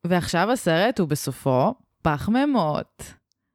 ועכשיו הסרט הוא בסופו פחמימות.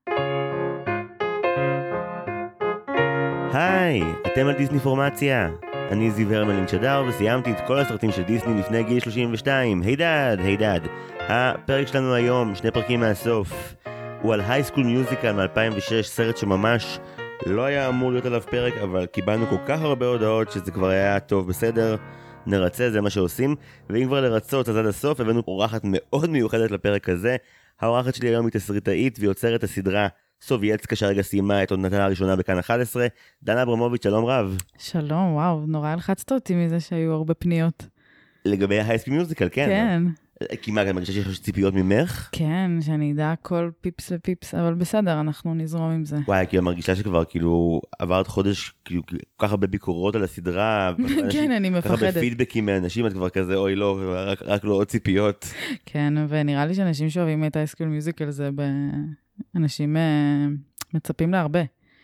היי, אתם על דיסני פורמציה. אני זיו הרמלין שדר וסיימתי את כל הסרטים של דיסני לפני גיל 32. היי דד. הפרק שלנו היום, 2 פרקים מהסוף, הוא על High School Musical מ-2006, סרט שממש לא היה אמור להיות עליו פרק, אבל קיבלנו כל כך הרבה הודעות שזה כבר היה טוב, בסדר, נרצה, זה מה שעושים. ואם כבר לרצות אז עד הסוף, הבאנו אורחת מאוד מיוחדת לפרק הזה. האורחת שלי היום היא תסריטאית ויוצרת הסדרה סובייטסקה שהרגע סיימה את עונתה הראשונה בכאן 11. דנה אברמוביץ', שלום רב. שלום, וואו, נורא הלחצת אותי מזה שהיו הרבה פניות. לגבי ה-High School Musical, כן. כן. כי מה, אני מרגישה שיש לך ציפיות ממך? כן, שאני אדע כל פיפס ופיפס, אבל בסדר, אנחנו נזרום עם זה. וואי, כי אני מרגישה שכבר כאילו עברת חודש, כאילו כל כך הרבה ביקורות על הסדרה. כן, אני מפחדת. ככה בפידבקים מאנשים, את כבר כזה, אוי לא, רק לא עוד ציפיות. כן, ונראה לי שאנשים שאוהבים את High School Musical זה אנשים מצפים להרבה.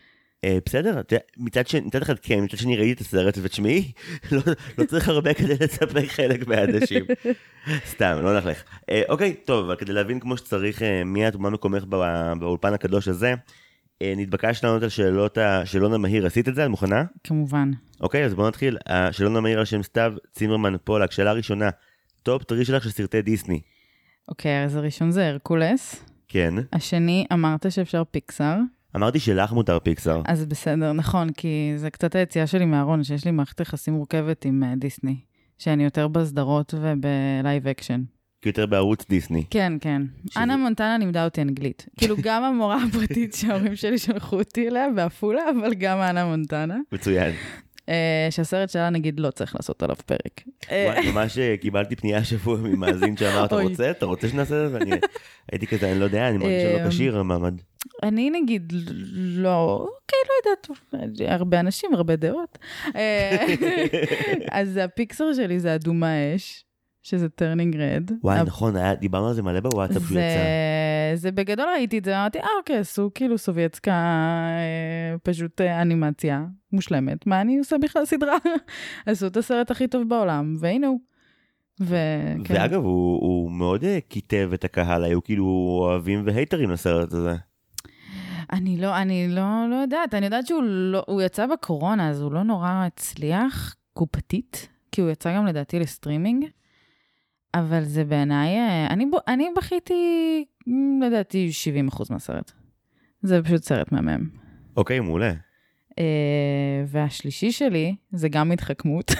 בסדר, מצד אחד כן, מצד שני ראיתי את הסרט ותשמעי, לא צריך הרבה כדי לספק חלק מהאנשים. סתם, לא נלך. אוקיי, טוב, אבל כדי להבין כמו שצריך מי את ומה מקומך באולפן הקדוש הזה, נתבקש לענות על שאלות השאלון המהיר. עשית את זה? את מוכנה? כמובן. אוקיי, אז בוא נתחיל. השאלון המהיר על שם סתיו צימרמן פולק. שאלה ראשונה, טופ 3 שלך של סרטי דיסני. אוקיי, אז הראשון זה הרקולס. כן. השני, אמרת שאפשר פיקסאר. אמרתי שלך מותר פיקסאר. אז בסדר, נכון, כי זה קצת היציאה שלי מהארון, שיש לי מערכת יחסים מורכבת עם דיסני, שאני יותר בסדרות ובלייב אקשן. יותר בערוץ דיסני. כן, כן. אנה מונטנה לימדה אותי אנגלית. כאילו גם המורה הפרטית שההורים שלי שלחו אותי אליה באפולה, אבל גם אנה מונטנה. מצוין. שהסרט שלה נגיד לא צריך לעשות עליו פרק. ממש קיבלתי פנייה שבוע ממאזין שאמר, אתה רוצה שנעשה את זה? ואני הייתי כזה, אני לא יודע, אני מרגיש שלא קשיר המעמד. אני נגיד לא, אוקיי, לא יודעת, הרבה אנשים, הרבה דעות. אז הפיקסר שלי זה אדומה אש, שזה טרנינג רד. וואי, נכון, דיברנו על זה מלא בוואטסאפ שהוא יצא. זה בגדול ראיתי את זה, אמרתי, אוקיי, עשו כאילו סובייטסקה, פשוט אנימציה מושלמת, מה אני עושה בכלל סדרה? עשו את הסרט הכי טוב בעולם, והנה הוא. ואגב, הוא מאוד כיתב את הקהל, היו כאילו אוהבים והייטרים לסרט הזה. אני לא יודעת, אני יודעת שהוא יצא בקורונה, אז הוא לא נורא הצליח קופתית, כי הוא יצא גם לדעתי לסטרימינג, אבל זה בעיניי, אני בכיתי, לדעתי 70% מהסרט. זה פשוט סרט מהמם. אוקיי, מעולה. והשלישי שלי, זה גם התחכמות.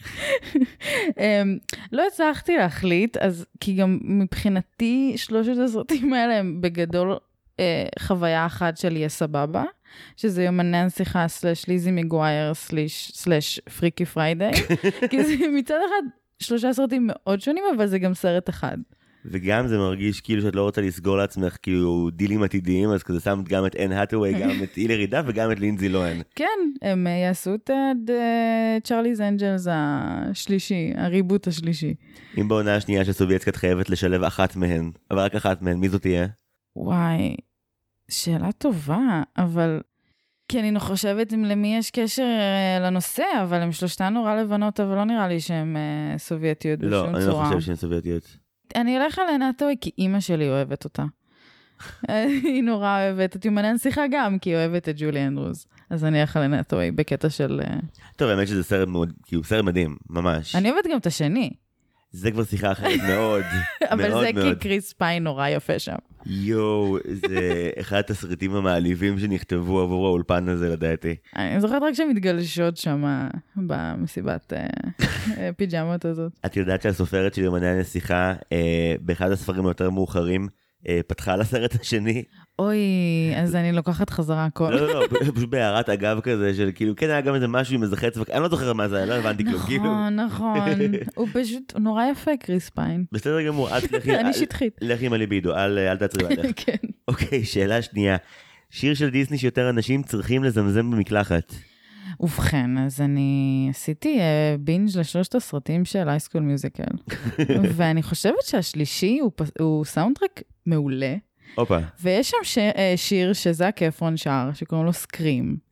לא הצלחתי להחליט, אז כי גם מבחינתי 3 הסרטים האלה הם בגדול חוויה אחת של יהיה סבבה, שזה יומני הנסיכה / ליזי מגווייר / פריקי פריידיי, כי זה מצד אחד 3 סרטים מאוד שונים, אבל זה גם סרט אחד. וגם זה מרגיש כאילו שאת לא רוצה לסגור לעצמך כאילו דילים עתידיים, אז כזה שמת גם את אן האטווי, גם את הילרי דאף וגם את לינזי לוהן. כן, הם יעשו את צ'רליז אנג'לס השלישי, הריבוט השלישי. אם בעונה השנייה שסובייטסקה חייבת לשלב אחת מהן, אבל רק אחת מהן, מי זאת תהיה? וואי, שאלה טובה, אבל כי אני חושבת למי יש קשר לנושא, אבל הם שלושתן נורא לבנות, אבל לא נראה לי שהן סובייטיות בשום צורה. לא, אני לא חושב שהן סובייטיות. אני אלך על הנאטוי, כי אימא שלי אוהבת אותה. היא נורא אוהבת את יומני הנסיכה גם, כי היא אוהבת את ג'ולי אנדרוס. אז אני אלך על הנאטוי בקטע של... טוב, האמת שזה סרט מאוד, כאילו סרט מדהים, ממש. אני אוהבת גם את השני. זה כבר שיחה אחרת מאוד, אבל זה כי קריס פיין נורא יפה שם. יואו, זה אחד התסריטים המעליבים שנכתבו עבור האולפן הזה, לדעתי. אני זוכרת רק שמתגלשות שם במסיבת פיג'מות הזאת. את יודעת שהסופרת של יומני הנסיכה, באחד הספרים היותר מאוחרים, פתחה על הסרט השני. אוי, אז אני לוקחת חזרה הכל. לא, פשוט בהערת אגב כזה, של כאילו, כן היה גם איזה משהו עם איזה חץ, אני לא זוכר מה זה, לא הבנתי כלום. נכון, הוא פשוט נורא יפה, קריס פיין. בסדר גמור, אני שטחית. לכי עם הליבידו, אל תעצרי בעדך. כן. אוקיי, שאלה שנייה. שיר של דיסני שיותר אנשים צריכים לזמזם במקלחת. ובכן, אז אני עשיתי בינג' ל3 הסרטים של High School Musical, ואני חושבת שהשלישי הוא סאונדטרק מעולה, אופה. ויש שם שיר שזק אפרון שר, שקוראים לו סקרים,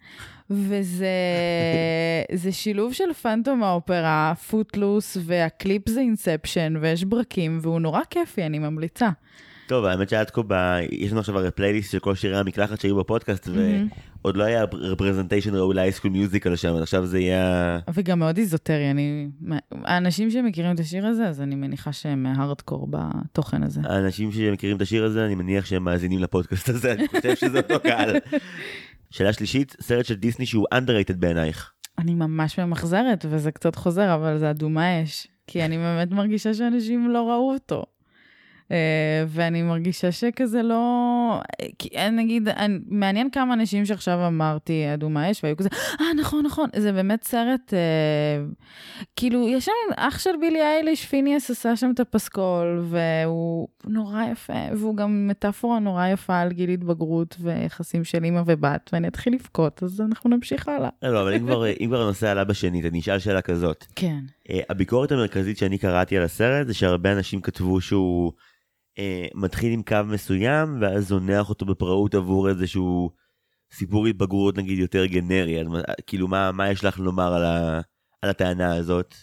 וזה שילוב של פנטום האופרה, פוטלוס, והקליפ זה אינספשן, ויש ברקים, והוא נורא כיפי, אני ממליצה. טוב, האמת שעד כה, יש לנו עכשיו הרי פלייליסט של כל שירי המקלחת שהיו בפודקאסט, ועוד לא היה רפרזנטיישן ראוי להייסקול מיוזיקל שם, עכשיו זה יהיה... וגם מאוד איזוטרי, האנשים שמכירים את השיר הזה, אז אני מניחה שהם הארדקור בתוכן הזה. האנשים שמכירים את השיר הזה, אני מניח שהם מאזינים לפודקאסט הזה, אני חושב שזה אותו קהל. שאלה שלישית, סרט של דיסני שהוא underrated בעינייך. אני ממש ממחזרת, וזה קצת חוזר, אבל זה אדומה אש, כי אני באמת מרגישה שאנשים לא ראו אותו. ואני מרגישה שכזה לא... נגיד, מעניין כמה אנשים שעכשיו אמרתי אדומה אש, והיו כזה, נכון, זה באמת סרט, כאילו, יש שם אח של בילי אייליש, פיניאס עשה שם את הפסקול, והוא נורא יפה, והוא גם מטאפורה נורא יפה על גיל התבגרות, ויחסים של אמא ובת, ואני אתחיל לבכות, אז אנחנו נמשיך הלאה. לא, אבל אם כבר הנושא עלה בשנית, אני אשאל שאלה כזאת. כן. הביקורת המרכזית שאני קראתי על הסרט, זה שהרבה אנשים כתבו שהוא מתחיל עם קו מסוים, ואז זונח אותו בפראות עבור איזשהו סיפור התבגרות, נגיד, יותר גנרי. כאילו, מה יש לך לומר על הטענה הזאת?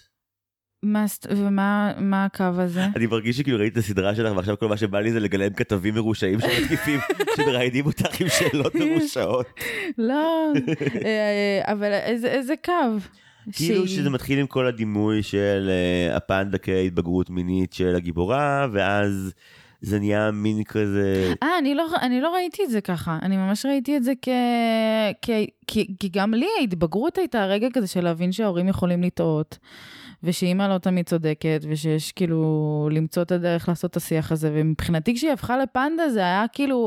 ומה הקו הזה? אני מרגיש שכאילו ראיתי את הסדרה שלך, ועכשיו כל מה שבא לי זה לגלם כתבים מרושעים שמתקיפים, שמראיינים אותך עם שאלות מרושעות. לא, אבל איזה קו? כאילו שזה מתחיל עם כל הדימוי של הפנדה כהתבגרות מינית של הגיבורה, ואז זה נהיה מין כזה... אני לא ראיתי את זה ככה, אני ממש ראיתי את זה כי גם לי ההתבגרות הייתה רגע כזה של להבין שההורים יכולים לטעות, ושאימא לא תמיד צודקת, ושיש כאילו למצוא את הדרך לעשות את השיח הזה, ומבחינתי כשהיא הפכה לפנדה זה היה כאילו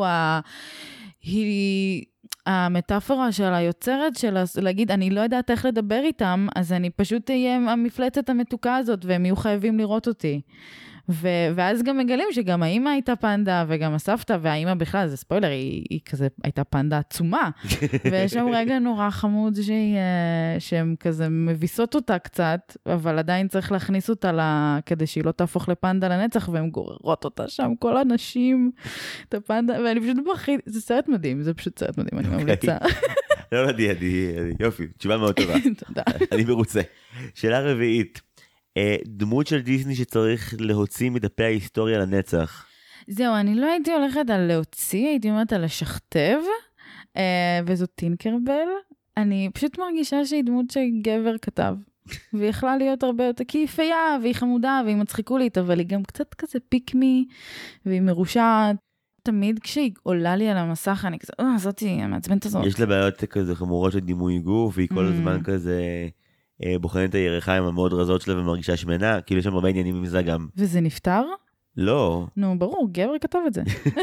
המטאפורה של היוצרת שלה, להגיד, אני לא יודעת איך לדבר איתם, אז אני פשוט אהיה המפלצת המתוקה הזאת, והם יהיו חייבים לראות אותי. ואז גם מגלים שגם האמא הייתה פנדה, וגם הסבתא, והאמא בכלל, זה ספוילר, היא כזה הייתה פנדה עצומה, ויש שם רגע נורא חמוד שהן כזה מביסות אותה קצת, אבל עדיין צריך להכניס אותה כדי שהיא לא תהפוך לפנדה לנצח, והן גוררות אותה שם, כל הנשים, את הפנדה, ואני פשוט בכית, זה סרט מדהים, זה פשוט סרט מדהים, אני ממליצה. לא, יופי, תשובה מאוד טובה. תודה. אני מרוצה. שאלה רביעית. דמות של דיסני שצריך להוציא מדפי ההיסטוריה לנצח. זהו, אני לא הייתי הולכת על להוציא, הייתי אומרת על לשכתב, וזאת טינקרבל. אני פשוט מרגישה שהיא דמות שגבר כתב, והיא יכלה להיות הרבה יותר, כי היא פייה, והיא חמודה, והיא מצחיקולית, אבל היא גם קצת כזה פיקמי, והיא מרושעת. תמיד כשהיא עולה לי על המסך, אני כזה, זאתי, המעצבנת הזאת. יש לה בעיות כזה חמורות של דימוי גוף, והיא כל הזמן כזה... בוחנת את הירחיים המאוד רזות שלה ומרגישה שמנה, כאילו יש שם הרבה עניינים עם זה גם. וזה נפטר? לא. נו, ברור, גבר כתב את זה.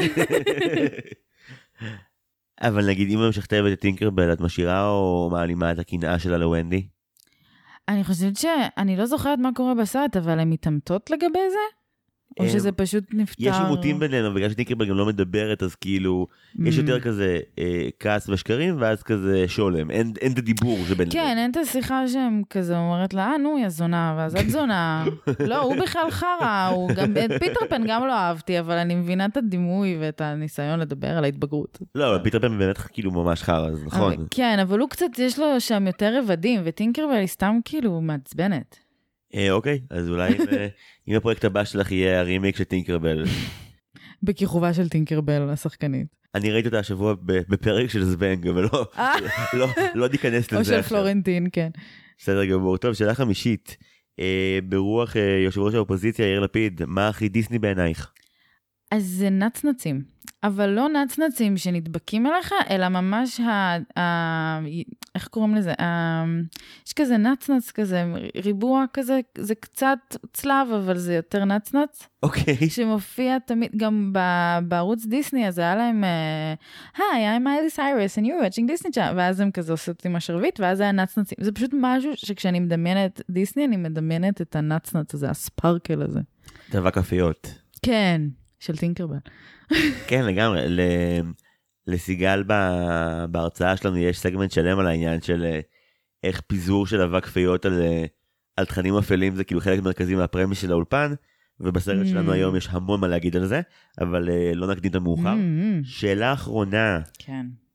אבל נגיד, אם משכתבת את טינקרבל, את משאירה או מעלימה את הקנאה שלה לוונדי? אני חושבת שאני לא זוכרת מה קורה בסרט, אבל הן מתאמתות לגבי זה? או שזה פשוט נפטר? יש עימותים בינינו, אבל בגלל שטינקרבל גם לא מדברת, אז כאילו, יש יותר כזה כעס ושקרים, ואז כזה שולם. אין את הדיבור שבין... כן, אין את השיחה שהם כזה אומרת לה, נו, היא הזונה, ואז את זונה. לא, הוא בכלל חרה, את פיטר פן גם לא אהבתי, אבל אני מבינה את הדימוי ואת הניסיון לדבר על ההתבגרות. לא, אבל פיטר פן באמת כאילו ממש חרה, אז נכון. כן, אבל הוא קצת, יש לו שם יותר רבדים, וטינקרבל היא סתם כאילו מעצבנת. אוקיי, אז אולי אם הפרויקט הבא שלך יהיה הרימיק של טינקרבל. בכיכובה של טינקרבל, השחקנית. אני ראיתי אותה השבוע בפרק של זבנג, אבל לא ניכנס לזה. או של פלורנטין, כן. בסדר גמור. טוב, שאלה חמישית. ברוח יושב ראש האופוזיציה, יאיר לפיד, מה הכי דיסני בעינייך? אז זה נצנצים. אבל לא נצנצים שנדבקים אליך, אלא ממש איך קוראים לזה? יש כזה נצנץ כזה, ריבוע כזה, זה קצת צלב, אבל זה יותר נצנץ. אוקיי. שמופיע תמיד, גם בערוץ דיסני, אז היה להם, Hi, I'm Miley Cyrus, and you're watching Disney Channel, ואז הם כזה עושות עם השרביט, ואז היה נצנצים. זה פשוט משהו שכשאני מדמיינת דיסני, אני מדמיינת את הנצנץ הזה, הספרקל הזה. דבק אפיות. כן, של טינקרבל. כן, לגמרי. לסיגל בהרצאה שלנו יש סגמנט שלם על העניין של איך פיזור של אבק פיות על תכנים אפלים, זה כאילו חלק מרכזי מהפרמיס של האולפן, ובסרט שלנו היום יש המון מה להגיד על זה, אבל לא נקדים את המאוחר. שאלה אחרונה, כן.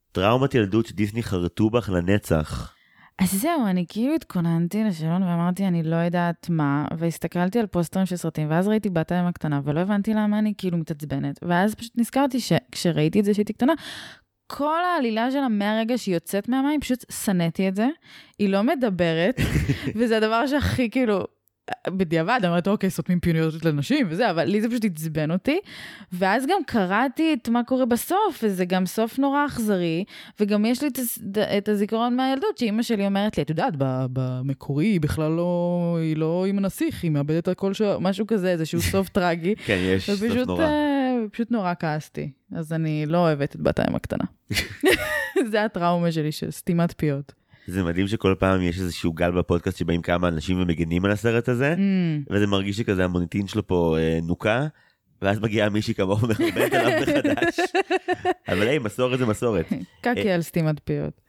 טראומת ילדות שדיסני חרטו בך לנצח. אז זהו, אני כאילו התכוננתי לשאלון ואמרתי, אני לא יודעת מה, והסתכלתי על פוסטרים של סרטים, ואז ראיתי בת הים הקטנה, ולא הבנתי למה אני כאילו מתעצבנת. ואז פשוט נזכרתי שכשראיתי את זה שהייתי קטנה, כל העלילה שלה מהרגע שהיא יוצאת מהמים, פשוט שנאתי את זה, היא לא מדברת, וזה הדבר שהכי כאילו, בדיעבד, אמרתי, אוקיי, סותמים פיוניות לנשים וזה, אבל לי זה פשוט עצבן אותי, ואז גם קראתי את מה קורה בסוף, וזה גם סוף נורא אכזרי, וגם יש לי את הזיכרון מהילדות, שאמא שלי אומרת לי, את יודעת, במקורי היא בכלל לא, היא לא עם הנסיך, היא מאבדת הכל משהו כזה, איזשהו סוף טרגי. כן, יש סוף נורא. פשוט נורא כעסתי, אז אני לא אוהבת את בת הים הקטנה. זה הטראומה שלי, של סתימת פיות. זה מדהים שכל פעם יש איזשהו גל בפודקאסט שבאים כמה אנשים ומגנים על הסרט הזה, וזה מרגיש שכזה המוניטין שלו פה נוקה, ואז מגיעה מישהי כמוהו מחרבנת עליו מחדש. אבל היי, מסורת זה מסורת. קקי על סתימת פיות.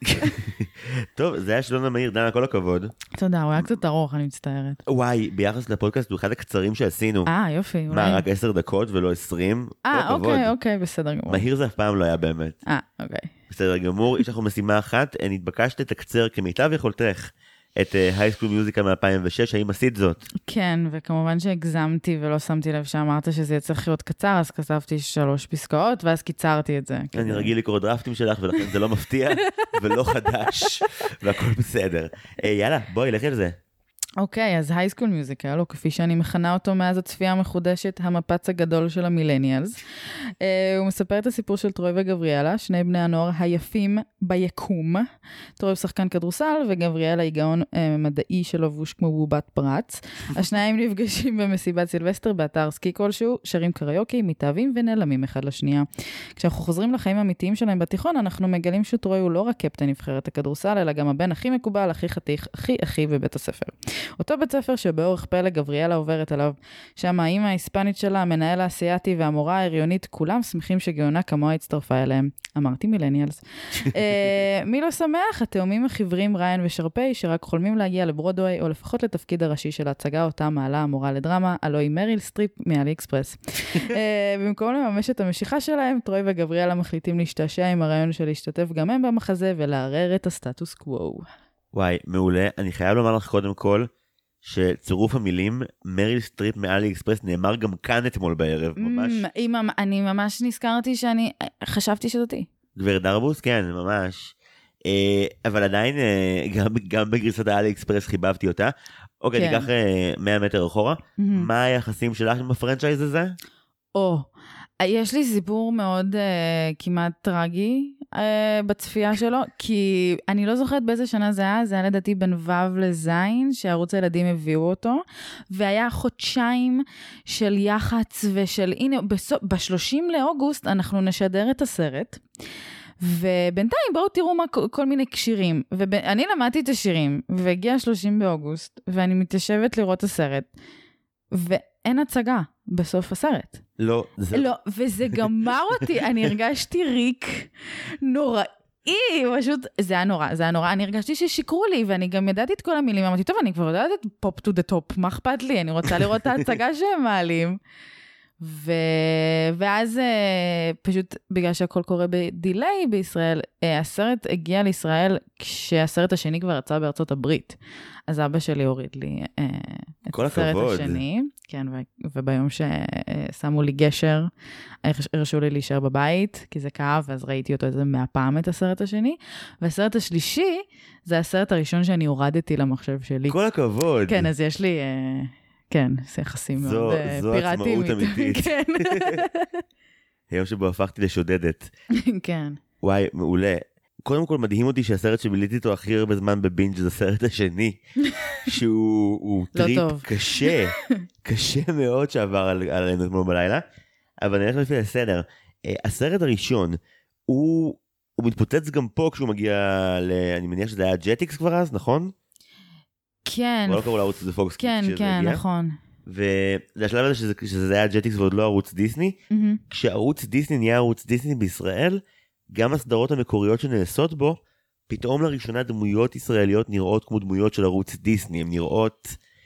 טוב, זה היה שלון המהיר, דנה, כל הכבוד. תודה, הוא היה קצת ארוך, אני מצטערת. וואי, ביחס לפודקאסט הוא אחד הקצרים שעשינו. יופי. מה, רק 10 דקות ולא 20? אוקיי, בסדר גמור. מהיר זה אף פעם לא היה באמת. אוקיי. בסדר גמור, יש לכם משימה אחת, נתבקשת לתקצר כמיטב יכולתך את High School Musical מ-2006, האם עשית זאת? כן, וכמובן שהגזמתי ולא שמתי לב שאמרת שזה יצא להיות קצר, אז כתבתי 3 פסקאות, ואז קיצרתי את זה. אני רגיל לקרוא דרפטים שלך, ולכן זה לא מפתיע ולא חדש, והכל בסדר. יאללה, בואי, לכי על זה. אוקיי, אז High School Musical, או כפי שאני מכנה אותו מאז הצפייה המחודשת, המפץ הגדול של המילניאלס. הוא מספר את הסיפור של טרוי וגבריאלה, שני בני הנוער היפים ביקום. טרוי הוא שחקן כדורסל, וגבריאלה היא גאון מדעי שלבוש כמו בובת פרץ. השניים נפגשים במסיבת סילבסטר באתר סקי כלשהו, שרים קריוקי, מתאהבים ונעלמים אחד לשנייה. כשאנחנו חוזרים לחיים האמיתיים שלהם בתיכון, אנחנו מגלים שטרוי הוא לא רק קפטן נבחרת הכדורסל, אלא גם הבן הכי מקובל, הכי חתיך, הכי בבית הספר. אותו בית ספר שבאורך פלא גבריאלה עוברת עליו, שם האמא ההיספנית שלה, המנהל האסייתי והמורה ההריונית, כולם שמחים שגאונה כמוה הצטרפה אליהם. אמרתי מילניאלס. מי לא שמח? התאומים החיוורים ריין ושרפי, שרק חולמים להגיע לברודווי, או לפחות לתפקיד הראשי של ההצגה, אותה מעלה המורה לדרמה, הלוא מריל סטריפ מאלי אקספרס. במקום לממש את המשיכה שלהם, טרוי וגבריאלה מחליטים להשתעשע עם הרעיון של להשתתף גם הם במחזה, ולערער את הסטטוס קוו. וואי, מעולה. אני חייב לומר לך קודם כל, שצירוף המילים מריל סטריפ מאלי אקספרס נאמר גם כאן אתמול בערב, ממש. אני ממש נזכרתי שאני חשבתי שזאתי. גברת דרבוס, כן, ממש. אבל עדיין, גם בגרסת האלי אקספרס חיבבתי אותה. אוקיי, ניקח 100 מטר אחורה. מה היחסים שלך עם הפרנצ'ייז הזה? יש לי סיפור מאוד כמעט טרגי בצפייה שלו, כי אני לא זוכרת באיזה שנה זה היה לדעתי בין ו' לז' שערוץ הילדים הביאו אותו, והיה חודשיים של יחץ ושל, הנה, ב-30 לאוגוסט אנחנו נשדר את הסרט, ובינתיים בואו תראו כל מיני שירים, ואני למדתי את השירים, והגיע 30 באוגוסט, ואני מתיישבת לראות את הסרט, ואין הצגה בסוף הסרט. לא, וזה גמר אותי, אני הרגשתי ריק נוראי, פשוט, זה היה נורא, אני הרגשתי ששיקרו לי, ואני גם ידעתי את כל המילים, אמרתי, טוב, אני כבר יודעת את פופ טו דה טופ, מה אכפת לי? אני רוצה לראות את ההצגה שהם מעלים. ואז פשוט בגלל שהכל קורה בדיליי בישראל, הסרט הגיע לישראל כשהסרט השני כבר יצא בארצות הברית. אז אבא שלי הוריד לי את הסרט השני. כן, וביום ששמו לי גשר, הרשו לי להישאר בבית, כי זה כאב, ואז ראיתי אותו איזה 100 פעם את הסרט השני. והסרט השלישי, זה הסרט הראשון שאני הורדתי למחשב שלי. כל הכבוד. כן, אז יש לי... כן, זה יחסים מאוד פיראטיים. זו עצמאות אמיתית. כן. היום שבו הפכתי לשודדת. כן. וואי, מעולה. קודם כל מדהים אותי שהסרט שביליתי איתו הכי הרבה זמן בבינג' זה הסרט השני, שהוא טריפ קשה, קשה מאוד שעבר עלינו אתמול בלילה, אבל נלך לפי הסדר. הסרט הראשון, הוא מתפוצץ גם פה כשהוא מגיע אני מניח שזה היה ג'טיקס כבר אז, נכון? כן. הוא לא קראו לערוץ הזה פוקס. כן, כן, נכון. וזה השלב הזה שזה היה ג'טיקס ועוד לא ערוץ דיסני. כשערוץ דיסני נהיה ערוץ דיסני בישראל, גם הסדרות המקוריות שנעשות בו, פתאום לראשונה דמויות ישראליות נראות כמו דמויות של ערוץ דיסני. הן נראות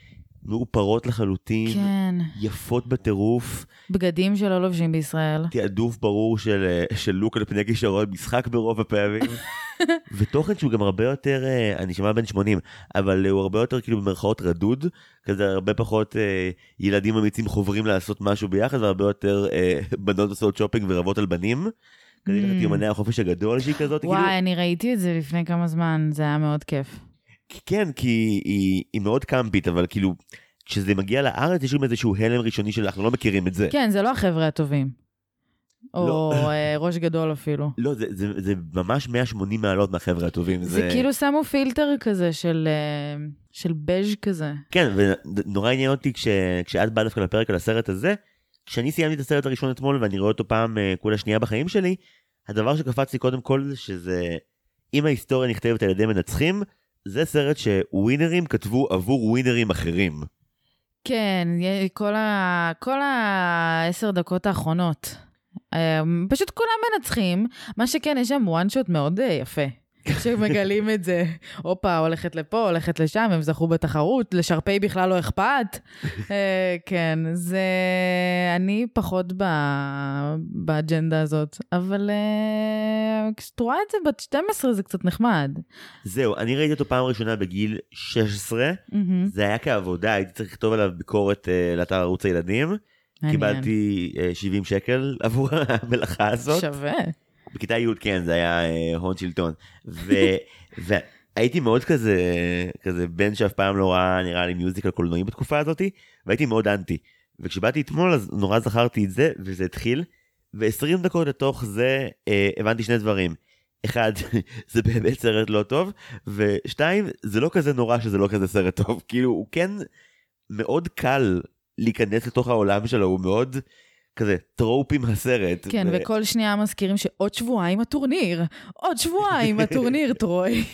מאופרות לחלוטין, כן. יפות בטירוף. בגדים שלא לובשים בישראל. תעדוף ברור של לוק על פני כישרון משחק ברוב הפעמים. ותוכן שהוא גם הרבה יותר, אני שמע בן 80, אבל הוא הרבה יותר כאילו במרכאות רדוד, כזה הרבה פחות ילדים אמיצים חוברים לעשות משהו ביחד, והרבה יותר בנות עושות שופינג ורבות על בנים. כזה יומני החופש הגדול שהיא כזאת. וואי, אני ראיתי את זה לפני כמה זמן, זה היה מאוד כיף. כן, כי היא מאוד קמפית, אבל כאילו, כשזה מגיע לארץ, יש שם איזשהו הלם ראשוני אנחנו לא מכירים את זה. כן, זה לא החבר'ה הטובים. או ראש גדול אפילו. לא, זה ממש 180 מעלות מהחבר'ה הטובים. זה כאילו שמו פילטר כזה של בז' כזה. כן, ונורא עניין אותי כשאת באה דווקא לפרק על הסרט הזה, כשאני סיימתי את הסרט הראשון אתמול, ואני רואה אותו פעם כולה שנייה בחיים שלי, הדבר שקפץ לי קודם כל זה שזה, אם ההיסטוריה נכתבת על ידי מנצחים, זה סרט שווינרים כתבו עבור ווינרים אחרים. כן, כל 10 דקות האחרונות. פשוט כולם מנצחים, מה שכן, יש שם one shot מאוד יפה. כשמגלים את זה, אופה, הולכת לפה, הולכת לשם, הם זכו בתחרות, לשרפי בכלל לא אכפת. כן, זה... אני פחות באג'נדה הזאת, אבל כשאת רואה את זה בת 12 זה קצת נחמד. זהו, אני ראיתי אותו פעם ראשונה בגיל 16, זה היה כעבודה, הייתי צריך לכתוב עליו ביקורת לאתר ערוץ הילדים, קיבלתי 70 שקל עבור המלאכה הזאת. שווה. בכיתה י' כן, זה היה הון שלטון. והייתי מאוד כזה בן שאף פעם לא ראה, נראה לי מיוזיקל קולנועי בתקופה הזאת, והייתי מאוד אנטי. וכשבאתי אתמול, אז נורא זכרתי את זה, וזה התחיל, ו20 דקות לתוך זה הבנתי שני דברים. אחד, זה באמת סרט לא טוב, ושתיים, זה לא כזה נורא שזה לא כזה סרט טוב. כאילו, הוא כן מאוד קל להיכנס לתוך העולם שלו, הוא מאוד... כזה, טרופים הסרט. כן, וכל שנייה מזכירים שעוד שבועיים הטורניר, עוד שבועיים הטורניר, טרוי.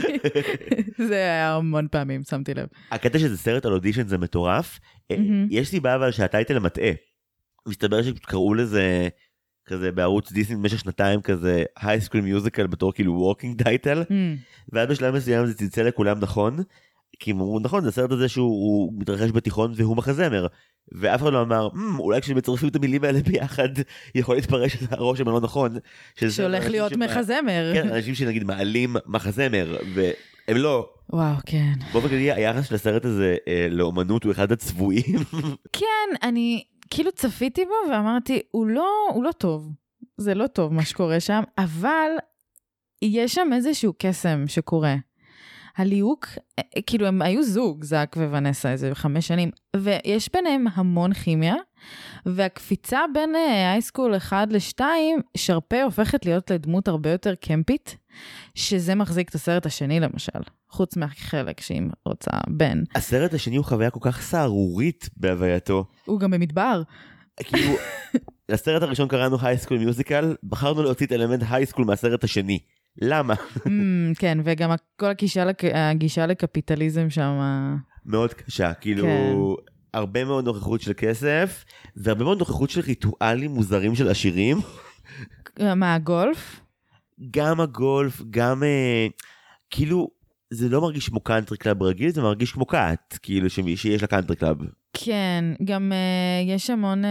זה היה המון פעמים, שמתי לב. הקטע שזה סרט על אודישן זה מטורף. יש סיבה אבל שהטייטל מטעה. מסתבר שקראו לזה, כזה בערוץ דיסני במשך שנתיים, כזה high school musical בתור כאילו walking title, ועד בשלב מסוים זה צלצל לכולם נכון, כי הם אמרו נכון, זה הסרט הזה שהוא מתרחש בתיכון והוא מחזמר. ואף אחד לא אמר, אולי כשמצרפים את המילים האלה ביחד, יכול להתפרש את הרושם הלא נכון. שהולך להיות מחזמר. כן, אנשים שנגיד מעלים מחזמר, והם לא. וואו, כן. באופן כללי, היחס של הסרט הזה לאומנות הוא אחד הצבועים. כן, אני כאילו צפיתי בו ואמרתי, הוא לא טוב. זה לא טוב מה שקורה שם, אבל יש שם איזשהו קסם שקורה. הליהוק, כאילו הם היו זוג, זאק וונסה, איזה 5 שנים, ויש ביניהם המון כימיה, והקפיצה בין הייסקול 1 ל-2, שרפי הופכת להיות לדמות הרבה יותר קמפית, שזה מחזיק את הסרט השני למשל, חוץ מהחלק שהיא רוצה בן. הסרט השני הוא חוויה כל כך סערורית בהווייתו. הוא גם במדבר. כאילו, לסרט הראשון קראנו הייסקול מיוזיקל, בחרנו להוציא את אלמנט הייסקול מהסרט השני. למה? כן, וגם כל הגישה לקפיטליזם שם... מאוד קשה, כאילו, הרבה מאוד נוכחות של כסף, והרבה מאוד נוכחות של ריטואלים מוזרים של עשירים. מה, הגולף? גם הגולף, גם, כאילו, זה לא מרגיש כמו קאנטרי קלאב רגיל, זה מרגיש כמו קאט, כאילו, שיש לה קאנטרי קלאב. כן, גם יש המון,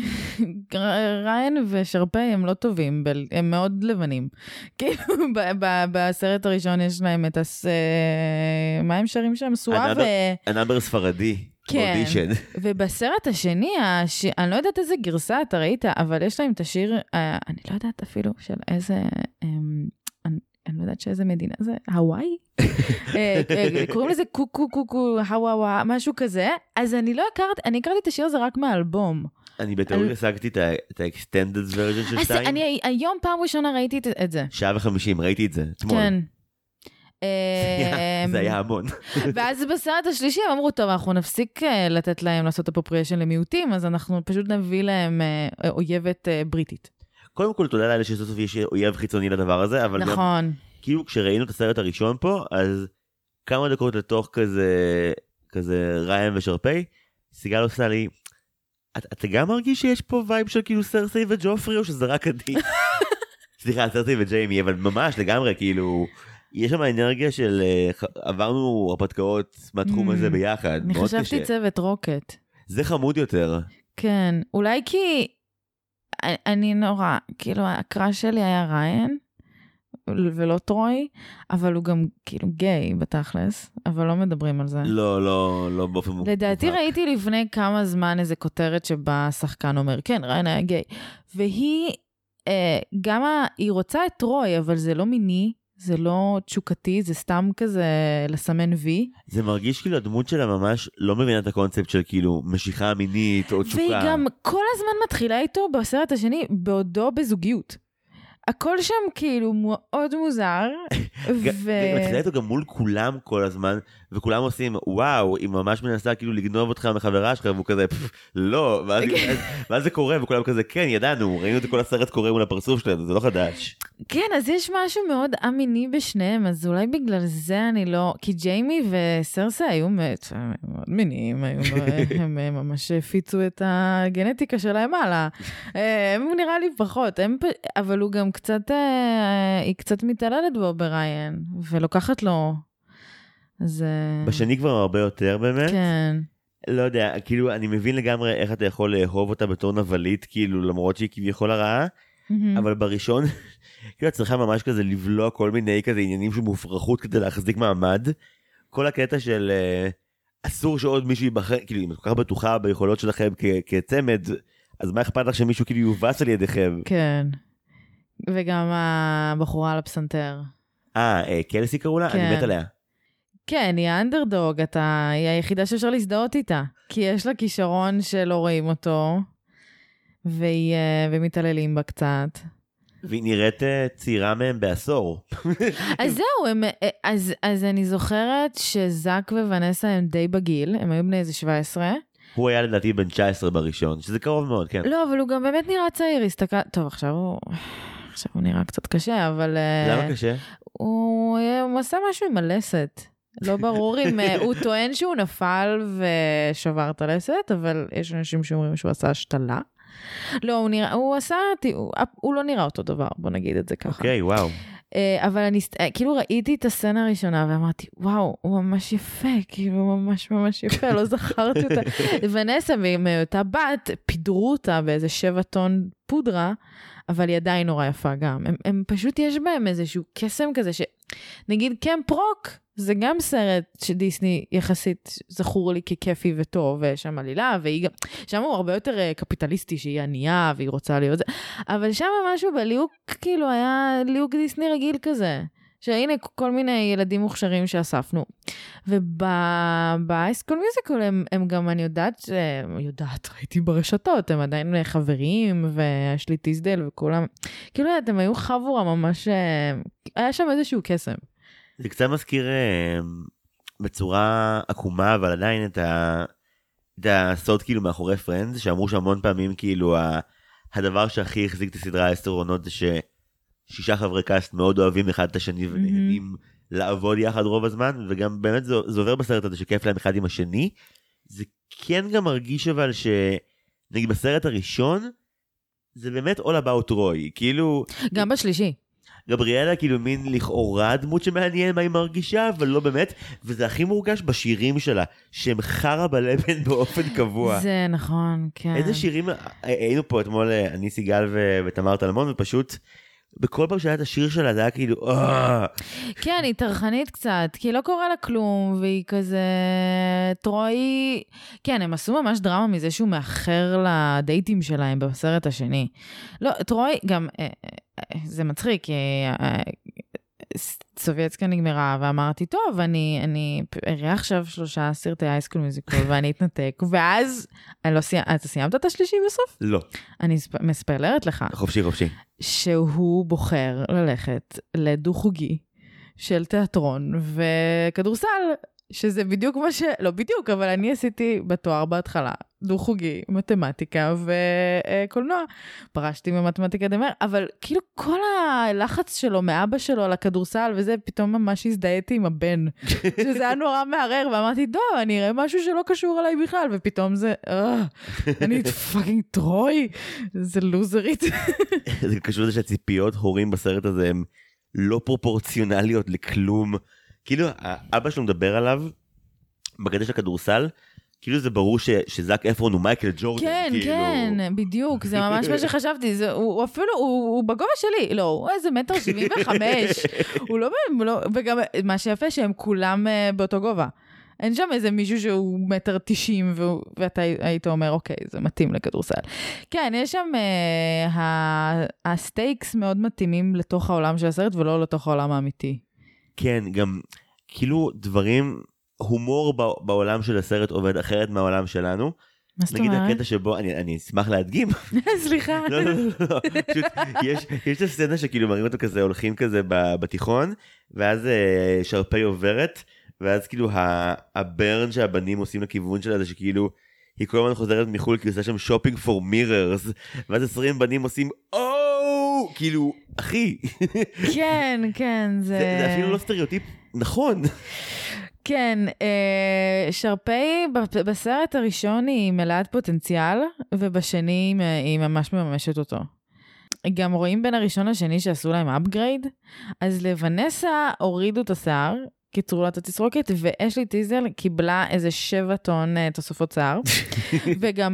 ריין ושרפי הם לא טובים, הם מאוד לבנים. כאילו, בסרט הראשון יש להם את מה הם שרים שם? סואב הנאבר ספרדי. כן, ובסרט השני, אני לא יודעת איזה גרסה אתה ראית, אבל יש להם את השיר, אני לא יודעת אפילו של איזה... אני לא יודעת שאיזה מדינה זה, הוואי? קוראים לזה קוקו, הוואווה, משהו כזה, אז אני הכרתי את השיר הזה רק מהאלבום. אני בטעות השגתי את ה-extended version של 2. אני היום פעם ראשונה ראיתי את זה. 1:50, ראיתי את זה, אתמול. כן. זה היה המון. ואז בסרט השלישי הם אמרו, טוב, אנחנו נפסיק לתת להם לעשות אפרופריאשן למיעוטים, אז אנחנו פשוט נביא להם אויבת בריטית. קודם כל, תודה לאלה שסוף סוף יש אויב חיצוני לדבר הזה, אבל נכון. גם, כאילו כשראינו את הסרט הראשון פה, אז כמה דקות לתוך כזה ריין ושרפי, סיגל עושה לי, אתה גם מרגיש שיש פה וייב של כאילו סרסי וג'ופרי, או שזה רק עדי? סליחה, סרסי וג'יימי, אבל ממש לגמרי, כאילו, יש שם אנרגיה של עברנו הרפתקאות מהתחום הזה ביחד. אני חשבתי צוות רוקט. זה חמוד יותר. כן, אולי כי אני נורא, כאילו הקראש שלי היה ריין, ולא טרוי, אבל הוא גם כאילו גיי בתכלס, אבל לא מדברים על זה. לא באופן מובהק. לדעתי ראיתי לפני כמה זמן איזה כותרת שבה השחקן אומר, כן, ריין היה גיי. והיא, היא רוצה את טרוי, אבל זה לא מיני, זה לא תשוקתי, זה סתם כזה לסמן וי. זה מרגיש כאילו הדמות שלה ממש לא מבינה את הקונספט של כאילו משיכה מינית או תשוקה. והיא גם כל הזמן מתחילה איתו בסרט השני, בעודו בזוגיות. הכל שם כאילו מאוד מוזר. ומתחילה איתו גם מול כולם כל הזמן, וכולם עושים, וואו, היא ממש מנסה כאילו לגנוב אותך מחברה שלך, והוא כזה, לא, ואז זה קורה, וכולם כזה, כן, ידענו, ראינו את כל הסרט קורה מול הפרצוף שלנו, זה לא חדש. כן, אז יש משהו מאוד אמיני בשניהם, אז אולי בגלל זה אני לא, כי ג'יימי וסרסה היו מאוד מיניים, הם ממש הפיצו את הגנטיקה שלהם הלאה. הם נראה לי פחות, אבל הוא גם קצת, היא קצת מתעללת בו בריין, ולוקחת לו. אז... בשני כבר הרבה יותר באמת. כן. לא יודע, כאילו אני מבין לגמרי איך אתה יכול לאהוב אותה בתור נבלית, כאילו למרות שהיא כביכול הרעה, אבל בראשון, כאילו את צריכה ממש כזה לבלוע כל מיני כזה עניינים של מופרכות כדי להחזיק מעמד. כל הקטע של אסור שעוד מישהו ייבחר, כאילו אם את כל כך בטוחה ביכולות שלכם כצמד, אז מה אכפת לך שמישהו כאילו יובס על ידיכם? כן. וגם הבחורה על הפסנתר. קלסי קראו לה? כן. אני מת עליה. כן, היא האנדרדוג, היא היחידה שאפשר להזדהות איתה. כי יש לה כישרון שלא רואים אותו, ומתעללים בה קצת. והיא נראית צעירה מהם בעשור. אז זהו, אז אני זוכרת שזק וונסה הם די בגיל, הם היו בני איזה 17. הוא היה לדעתי בן 19 בראשון, שזה קרוב מאוד, כן. לא, אבל הוא גם באמת נראה צעיר, טוב, עכשיו הוא נראה קצת קשה, אבל... למה קשה? הוא עשה משהו עם הלסת. לא ברור אם הוא טוען שהוא נפל ושבר את הלסת, אבל יש אנשים שאומרים שהוא עשה השתלה. לא, הוא לא נראה אותו דבר, בוא נגיד את זה ככה. אוקיי, וואו. אבל אני כאילו ראיתי את הסצנה הראשונה ואמרתי, וואו, הוא ממש יפה, כאילו הוא ממש ממש יפה, לא זכרתי אותה. ונסה מאותה בת, פידרו אותה באיזה 7 טון פודרה, אבל היא עדיין נורא יפה גם. הם פשוט יש בהם איזשהו קסם כזה, שנגיד קמפ רוק, זה גם סרט שדיסני יחסית זכור לי ככיפי וטוב, ושם עלילה, שם הוא הרבה יותר קפיטליסטי, שהיא ענייה, והיא רוצה להיות זה, אבל שם משהו בליוק, כאילו היה ליוק דיסני רגיל כזה, שהנה כל מיני ילדים מוכשרים שאספנו, ובהייסקול מיוזיקל הם גם, אני יודעת, ראיתי ברשתות, הם עדיין חברים, ויש לי טיסדל וכולם, כאילו הם היו חבורה ממש, היה שם איזשהו קסם. זה קצת מזכיר בצורה עקומה, אבל עדיין את הסוד כאילו מאחורי פרנדס, שאמרו שהמון פעמים כאילו הדבר שהכי החזיק את הסדרה 10 עונות זה ש6 חברי קאסט מאוד אוהבים אחד את השני ונהנים לעבוד יחד רוב הזמן, וגם באמת זה עובר בסרט הזה שכיף להם אחד עם השני. זה כן גם מרגיש אבל שנגיד בסרט הראשון זה באמת all about Roy, כאילו... גם בשלישי. גבריאלה כאילו מין לכאורה דמות שמעניין מה היא מרגישה, אבל לא באמת, וזה הכי מורגש בשירים שלה, שהם חרה בלבן באופן קבוע. זה נכון, כן. איזה שירים, היינו פה אתמול, אני סיגל ותמר תלמון, ופשוט בכל פעם שהיה את השיר שלה, זה היה כאילו, כן, היא טרחנית קצת, כי לא קורה לה כלום, והיא כזה, טרוי, כן, הם עשו ממש דרמה מזה שהוא מאחר לדייטים שלהם בסרט השני. לא, טרוי גם, זה מצחיק, כי סובייטסקה נגמרה, ואמרתי, טוב, אני אראה עכשיו 3 סרטי הייסקול מיוזיקל, ואני אתנתק, ואז, אתה סיימת את השלישי בסוף? לא. אני מספלרת לך. חופשי. שהוא בוחר ללכת לדו-חוגי של תיאטרון וכדורסל, שזה בדיוק מה לא בדיוק, אבל אני עשיתי בתואר בהתחלה, דו-חוגי, מתמטיקה וקולנוע. פרשתי ממתמטיקה דמר, אבל כאילו כל הלחץ שלו, מאבא שלו על הכדורסל וזה, פתאום ממש הזדהיתי עם הבן. שזה היה נורא מערער, ואמרתי, טוב, אני אראה משהו שלא קשור אליי בכלל, ופתאום זה, אני פאקינג טרוי, זה לוזרית. זה קשור לזה שהציפיות הורים בסרט הזה הם לא פרופורציונליות לכלום. כאילו, האבא שלו מדבר עליו, בקטע של הכדורסל, כאילו זה ברור שזק אפרון הוא מייקל ג'ורדן. כן, כאילו... כן, בדיוק, זה ממש מה שחשבתי, הוא אפילו, הוא בגובה שלי, לא, הוא איזה 1.75 מטר, הוא לא, וגם מה שיפה שהם כולם באותו גובה. אין שם איזה מישהו שהוא 1.90 מטר, ואתה היית אומר, אוקיי, זה מתאים לכדורסל. כן, יש שם, הסטייקס מאוד מתאימים לתוך העולם של הסרט, ולא לתוך העולם האמיתי. כן, גם, כאילו, דברים, הומור בעולם של הסרט עובד אחרת מהעולם שלנו. מה זאת אומרת? נגיד הקטע שבו, אני אשמח להדגים. סליחה. לא, פשוט, יש את הסצנה שכאילו מראים אותו כזה, הולכים כזה בתיכון, ואז שרפי עוברת, ואז כאילו הברן שהבנים עושים לכיוון שלה זה שכאילו היא כל הזמן חוזרת מחול כי היא עושה שם שופינג פור מיררס ואז 20 בנים עושים כאילו אחי. כן, כן. זה אפילו לא סטריאוטיפ נכון. כן, שרפי בסרט הראשון היא מלאת פוטנציאל ובשני היא ממש מממשת אותו. גם רואים בין הראשון לשני שעשו להם אפגרייד, אז לוונסה הורידו את השיער, קיצרו לה את התסרוקת, ואשלי טיזל קיבלה איזה 7 טון תוספות שיער, וגם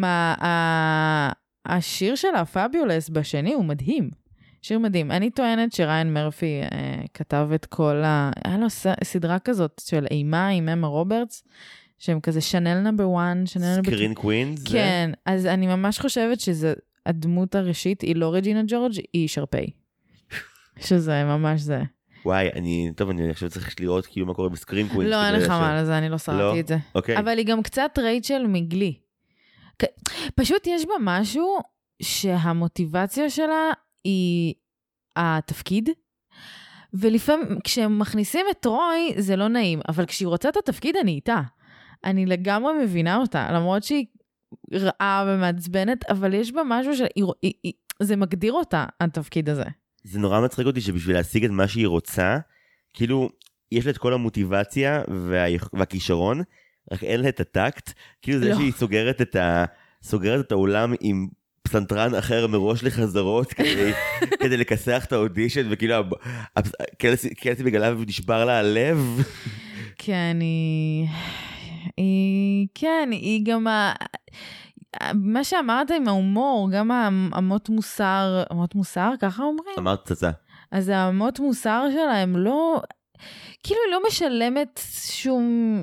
השיר שלה, פאביולס, בשני הוא מדהים. שיר מדהים. אני טוענת שריין מרפי כתב את כל היה לו סדרה כזאת של אימה עם אמה רוברטס, שהם כזה שנל נאמבר 1, סקרין קווינס? כן, אז אני ממש חושבת שזה הדמות הראשית, היא לא רג'ינה ג'ורג', היא שרפי. שזה ממש זה. וואי, אני עכשיו צריך לראות כאילו מה קורה בסקרין קווינס. לא, אין לך מה לזה, אני לא שרתי את זה. אוקיי. אבל היא גם קצת רייצ'ל מגלי. פשוט יש בה משהו שהמוטיבציה שלה היא התפקיד, ולפעמים כשהם מכניסים את רוי זה לא נעים, אבל כשהיא רוצה את התפקיד אני איתה. אני לגמרי מבינה אותה, למרות שהיא רעה ומעצבנת, אבל יש בה משהו זה מגדיר אותה, התפקיד הזה. זה נורא מצחיק אותי שבשביל להשיג את מה שהיא רוצה, כאילו יש לה את כל המוטיבציה והכישרון, רק אין לה את הטקט, כאילו זה שהיא סוגרת את העולם עם פסנתרן אחר מראש לחזרות כדי לכסח את האודישן, וכאילו קלסי בגליו נשבר לה הלב. כן, היא גם מה שאמרת עם ההומור, גם האמות מוסר, ככה אומרים? אמרת פצצה. אז האמות מוסר שלה הם לא, כאילו היא לא משלמת שום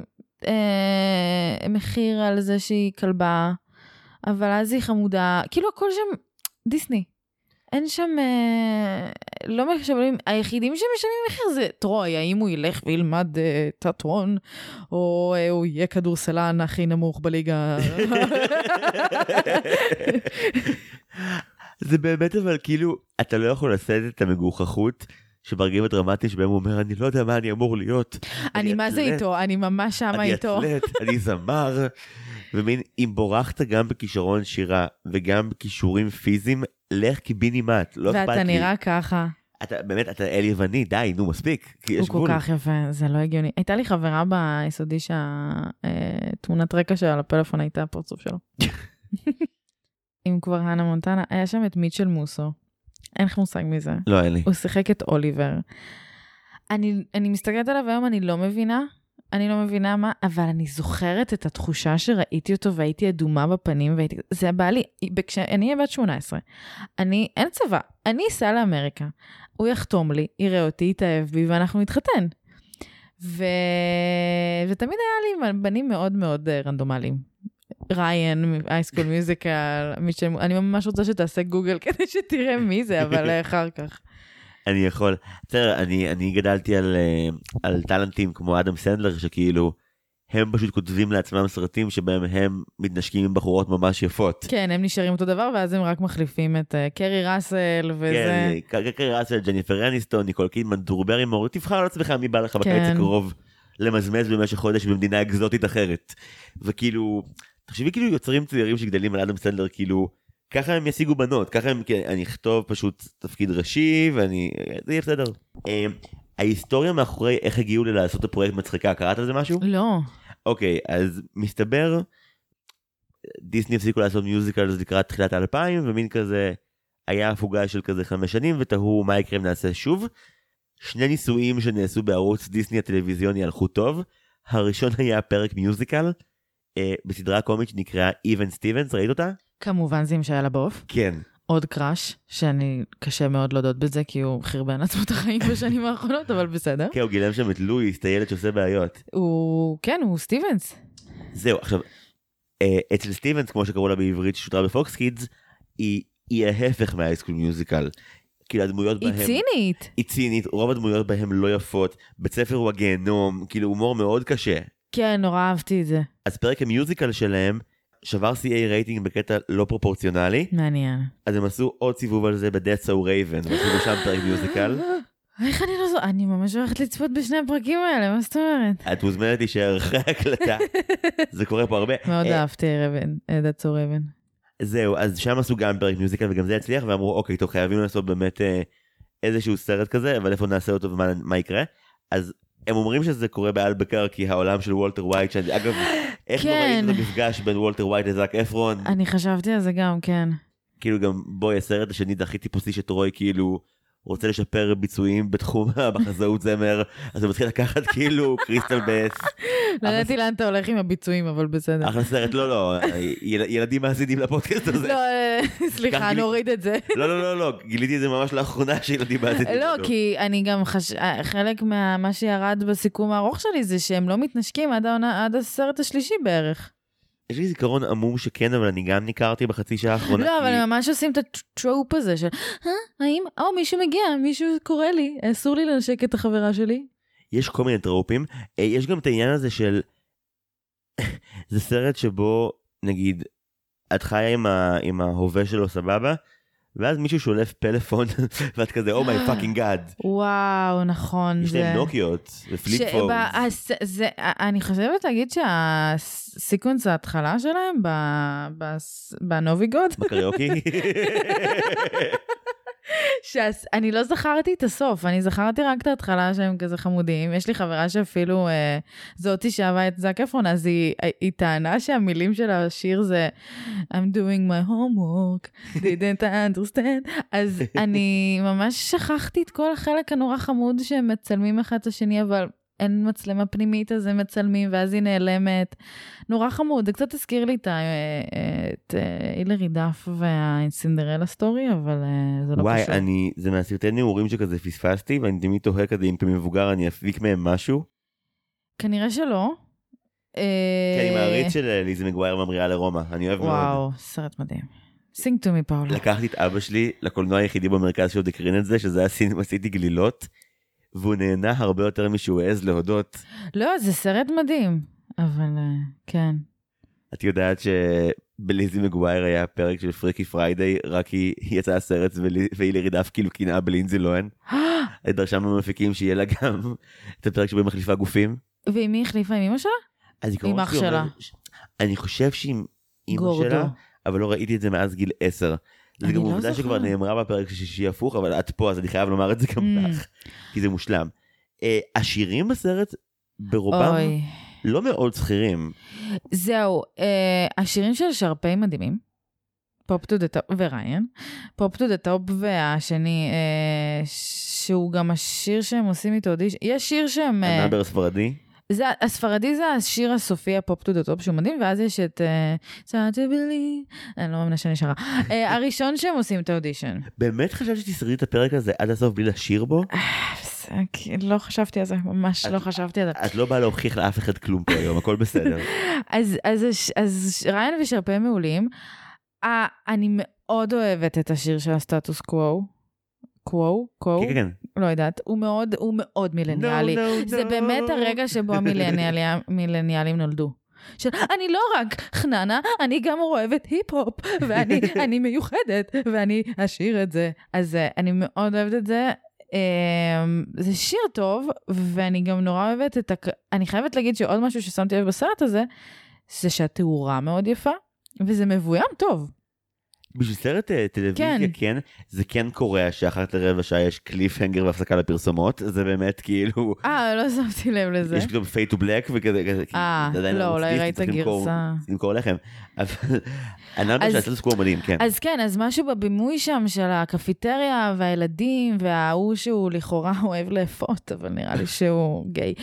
מחיר על זה שהיא כלבה, אבל אז היא חמודה, כאילו הכל שם דיסני. אין שם, לא משלמים, היחידים שמשלמים מחיר זה טרוי, האם הוא ילך וילמד תיאטרון, או הוא יהיה כדורסלן הכי נמוך בליגה. זה באמת אבל כאילו, אתה לא יכול לשאת את המגוחכות, שברגעים הדרמטיים שבהם הוא אומר, אני לא יודע מה אני אמור להיות. אני מה זה איתו, אני ממש שמה איתו. אני אתלט, אני זמר. ומין, אם בורחת גם בכישרון שירה, וגם בכישורים פיזיים, לך קיבינימט, לא אכפת לי. ואתה נראה ככה. באמת, אתה אל יווני, די, נו, מספיק. הוא כל כך יפה, זה לא הגיוני. הייתה לי חברה ביסודי שהתמונת רקע שלה על הפלאפון הייתה הפרצוף שלו. אם כבר הנה מונטנה, היה שם את מיטשל מוסו. אין לך מושג מזה. לא, אין לי. הוא שיחק את אוליבר. אני מסתכלת עליו היום, אני לא מבינה מה, אבל אני זוכרת את התחושה שראיתי אותו, והייתי אדומה בפנים, זה בא לי, כשאני אהיה בת 18, אין צבא, אני אסע לאמריקה, הוא יחתום לי, יראה אותי, יתאהב בי, ואנחנו נתחתן. ותמיד היה לי בנים מאוד מאוד רנדומליים. ריין, הייסקול מיוזיקל, אני ממש רוצה שתעשה גוגל כדי שתראה מי זה, אבל אחר כך. אני יכול, אני גדלתי על טלנטים כמו אדם סנדלר, שכאילו, הם פשוט כותבים לעצמם סרטים שבהם הם מתנשקים עם בחורות ממש יפות. כן, הם נשארים אותו דבר, ואז הם רק מחליפים את קרי ראסל וזה. כן, קרי ראסל, ג'ניפר אניסטון, ניקול קידמן, דרו ברימור, תבחר על עצמך מי בא לך בקיץ הקרוב למזמז במשך חודש במדינה אקזוטית אחרת. וכאילו, תחשבי כאילו יוצרים צעירים שגדלים על אדם סנדלר, כאילו, ככה הם ישיגו בנות, ככה אני אכתוב פשוט תפקיד ראשי, זה יהיה בסדר. ההיסטוריה מאחורי איך הגיעו לי לעשות את הפרויקט מצחיקה, קראת על זה משהו? לא. אוקיי, אז מסתבר, דיסני הפסיקו לעשות מיוזיקל לקראת תחילת 2000, ומין כזה, היה הפוגה של כזה 5 שנים, ותהו מה יקרה אם נעשה שוב. שני ניסויים שנעשו בערוץ דיסני הטלוויזיוני הלכו טוב. הראשון היה פרק מיוזיקל, בסדרה קומית שנקראה איבן סטיבנס, ראית אותה? כמובן זה עם שהיה לבוף. כן. עוד קראש, שאני קשה מאוד להודות בזה, כי הוא חרבן עצמו את החיים בשנים האחרונות, אבל בסדר. כן, הוא גילם שם את לואיס, את הילד שעושה בעיות. כן, הוא סטיבנס. זהו, עכשיו, אצל סטיבנס, כמו שקראו לה בעברית ששודרה בפוקס קידס, היא ההפך מההייסקול מיוזיקל. כאילו הדמויות בהם... היא צינית. היא צינית, רוב הדמויות בהם לא יפות, בית ספר הוא הגיהנום, כאילו הומור מאוד קשה. כן, נורא אהבתי את זה. אז פרק המיוזיקל שלהם שבר CA רייטינג בקטע לא פרופורציונלי. מעניין. אז הם עשו עוד סיבוב על זה ב-Death So Raven, ועשו שם פרק מיוזיקל. איך אני לא זו... אני ממש הולכת לצפות בשני הפרקים האלה, מה זאת אומרת? את מוזמנת להישאר אחרי הקלטה. זה קורה פה הרבה. מאוד אהבתי Death So Raven. זהו, אז שם עשו גם פרק מיוזיקל וגם זה הצליח, ואמרו אוקיי, טוב, חייבים לעשות באמת איזשהו סרט כזה, אבל איפה נעשה אותו ומה יקרה. אז הם אומרים שזה קורה באלבקרקי, העולם של וולטר ווייט, אגב, איך לא ראיתי את המפגש בין וולטר ווייט לזאק אפרון? אני חשבתי על זה גם, כן. כאילו גם בואי, הסרט השני הכי טיפוסי שטרוי כאילו רוצה לשפר ביצועים בתחום המחזאות זמר, אז הוא מתחיל לקחת כאילו קריסטל בס. לא ידעתי לאן אתה הולך עם הביצועים, אבל בסדר. אחלה סרט, לא, ילדים מאזינים לפודקאסט הזה. לא, סליחה, נוריד את זה. לא, גיליתי את זה ממש לאחרונה שילדים מאזינים. לא, כי אני גם חלק מה שירד בסיכום הארוך שלי זה שהם לא מתנשקים עד הסרט השלישי בערך. יש לי זיכרון עמום שכן, אבל אני גם ניכרתי בחצי שעה האחרונה. לא, אבל הם ממש עושים את הטרופ הזה של, האם, מישהו מגיע, מישהו קורא לי, אסור לי לנשק את החברה שלי. יש כל מיני טרופים. יש גם את העניין הזה של, זה סרט שבו, נגיד, את חיה עם ההווה שלו סבבה, ואז מישהו שולף פלאפון, ואת כזה, Oh my fucking God. וואו, נכון. יש להם נוקיות, ופליפ פונס. אני חושבת להגיד שהסיקוונס ההתחלה שלהם, בנוביגוד. בקריוקי? אני לא זכרתי את הסוף, אני זכרתי רק את ההתחלה שהם כזה חמודים. יש לי חברה שאפילו זאתי שאהבה את זאק אפרון, אז היא טענה שהמילים של השיר זה I'm doing my homework, didn't understand. אז אני ממש שכחתי את כל החלק הנורא חמוד שהם מצלמים אחד את השני, אבל אין מצלמה פנימית, אז הם מצלמים, ואז היא נעלמת. נורא חמוד, זה קצת הזכיר לי את הילרי דף והסינדרלה סטורי, אבל זה לא קשור. וואי, זה מהסרטי נעורים שכזה פספסתי, ואני תמיד תוהה כזה, אם כמבוגר אני אפיק מהם משהו. כנראה שלא. כי אני מעריץ של ליזי מגווייר ממריאה לרומא, אני אוהב מאוד. וואו, סרט מדהים. Sing to me, פאולה. לקחתי את אבא שלי לקולנוע היחידי במרכז שעוד הקרין את זה, שזה היה סינמה סיטי גלילות, והוא נהנה הרבה יותר משהוא העז להודות. לא, זה סרט מדהים, אבל כן. את יודעת שבליזי מגווייר היה פרק של פריקי פריידיי, רק היא יצאה סרט והילרי דף כאילו קינאה בלינזי לוהן. דרשה ממפיקים שיהיה לה גם את הפרק שבו היא מחליפה גופים. ועם מי החליפה? עם אמא שלה? עם אח שלה. אני חושב שעם אמא שלה, אבל לא ראיתי את זה מאז גיל 10. זה גם עובדה שכבר נאמרה בפרק שישי הפוך, אבל את פה, אז אני חייב לומר את זה גם לך, כי זה מושלם. השירים בסרט ברובם לא מאוד זכירים. זהו, השירים של שרפי מדהימים, פופ טו דה טופ וריין, פופ טו דה טופ והשני, שהוא גם השיר שהם עושים איתו, יש שיר שהם... הנאבר הספרדי? הספרדי זה השיר הסופי, הפופ טו דה טופ, שהוא מדהים, ואז יש את Start to Believe, אני לא מאמינה שאני שרה, הראשון שהם עושים את האודישן. באמת חשבתי שתשרדי את הפרק הזה עד הסוף בלי לשיר בו? לא חשבתי על זה, ממש לא חשבתי על זה. את לא באה להוכיח לאף אחד כלום פה היום, הכל בסדר. אז ריין ושרפי מעולים, אני מאוד אוהבת את השיר של הסטטוס קוו. קוו? כן. לא יודעת, הוא מאוד מילניאלי. זה באמת הרגע שבו המילניאלים נולדו. אני לא רק חננה, אני גם אוהבת היפ-הופ, ואני מיוחדת, ואני אשיר את זה. אז אני מאוד אוהבת את זה. זה שיר טוב, ואני גם נורא אוהבת אני חייבת להגיד שעוד משהו ששמתי לב בסרט הזה, זה שהתאורה מאוד יפה, וזה מבוים טוב. בשביל סרט טלוויזיה, כן, זה כן קורה שאחת לרבע שעה יש קליפהנגר והפסקה לפרסומות, זה באמת כאילו... לא שמתי לב לזה. יש כאילו פייט טו בלק וכזה... לא, אולי ראית גרסה. למכור לכם. אבל אני לא שהסטטוס קוו מדהים, כן. אז כן, אז משהו בבימוי שם של הקפיטריה והילדים, וההוא שהוא לכאורה אוהב לאפות, אבל נראה לי שהוא גיי.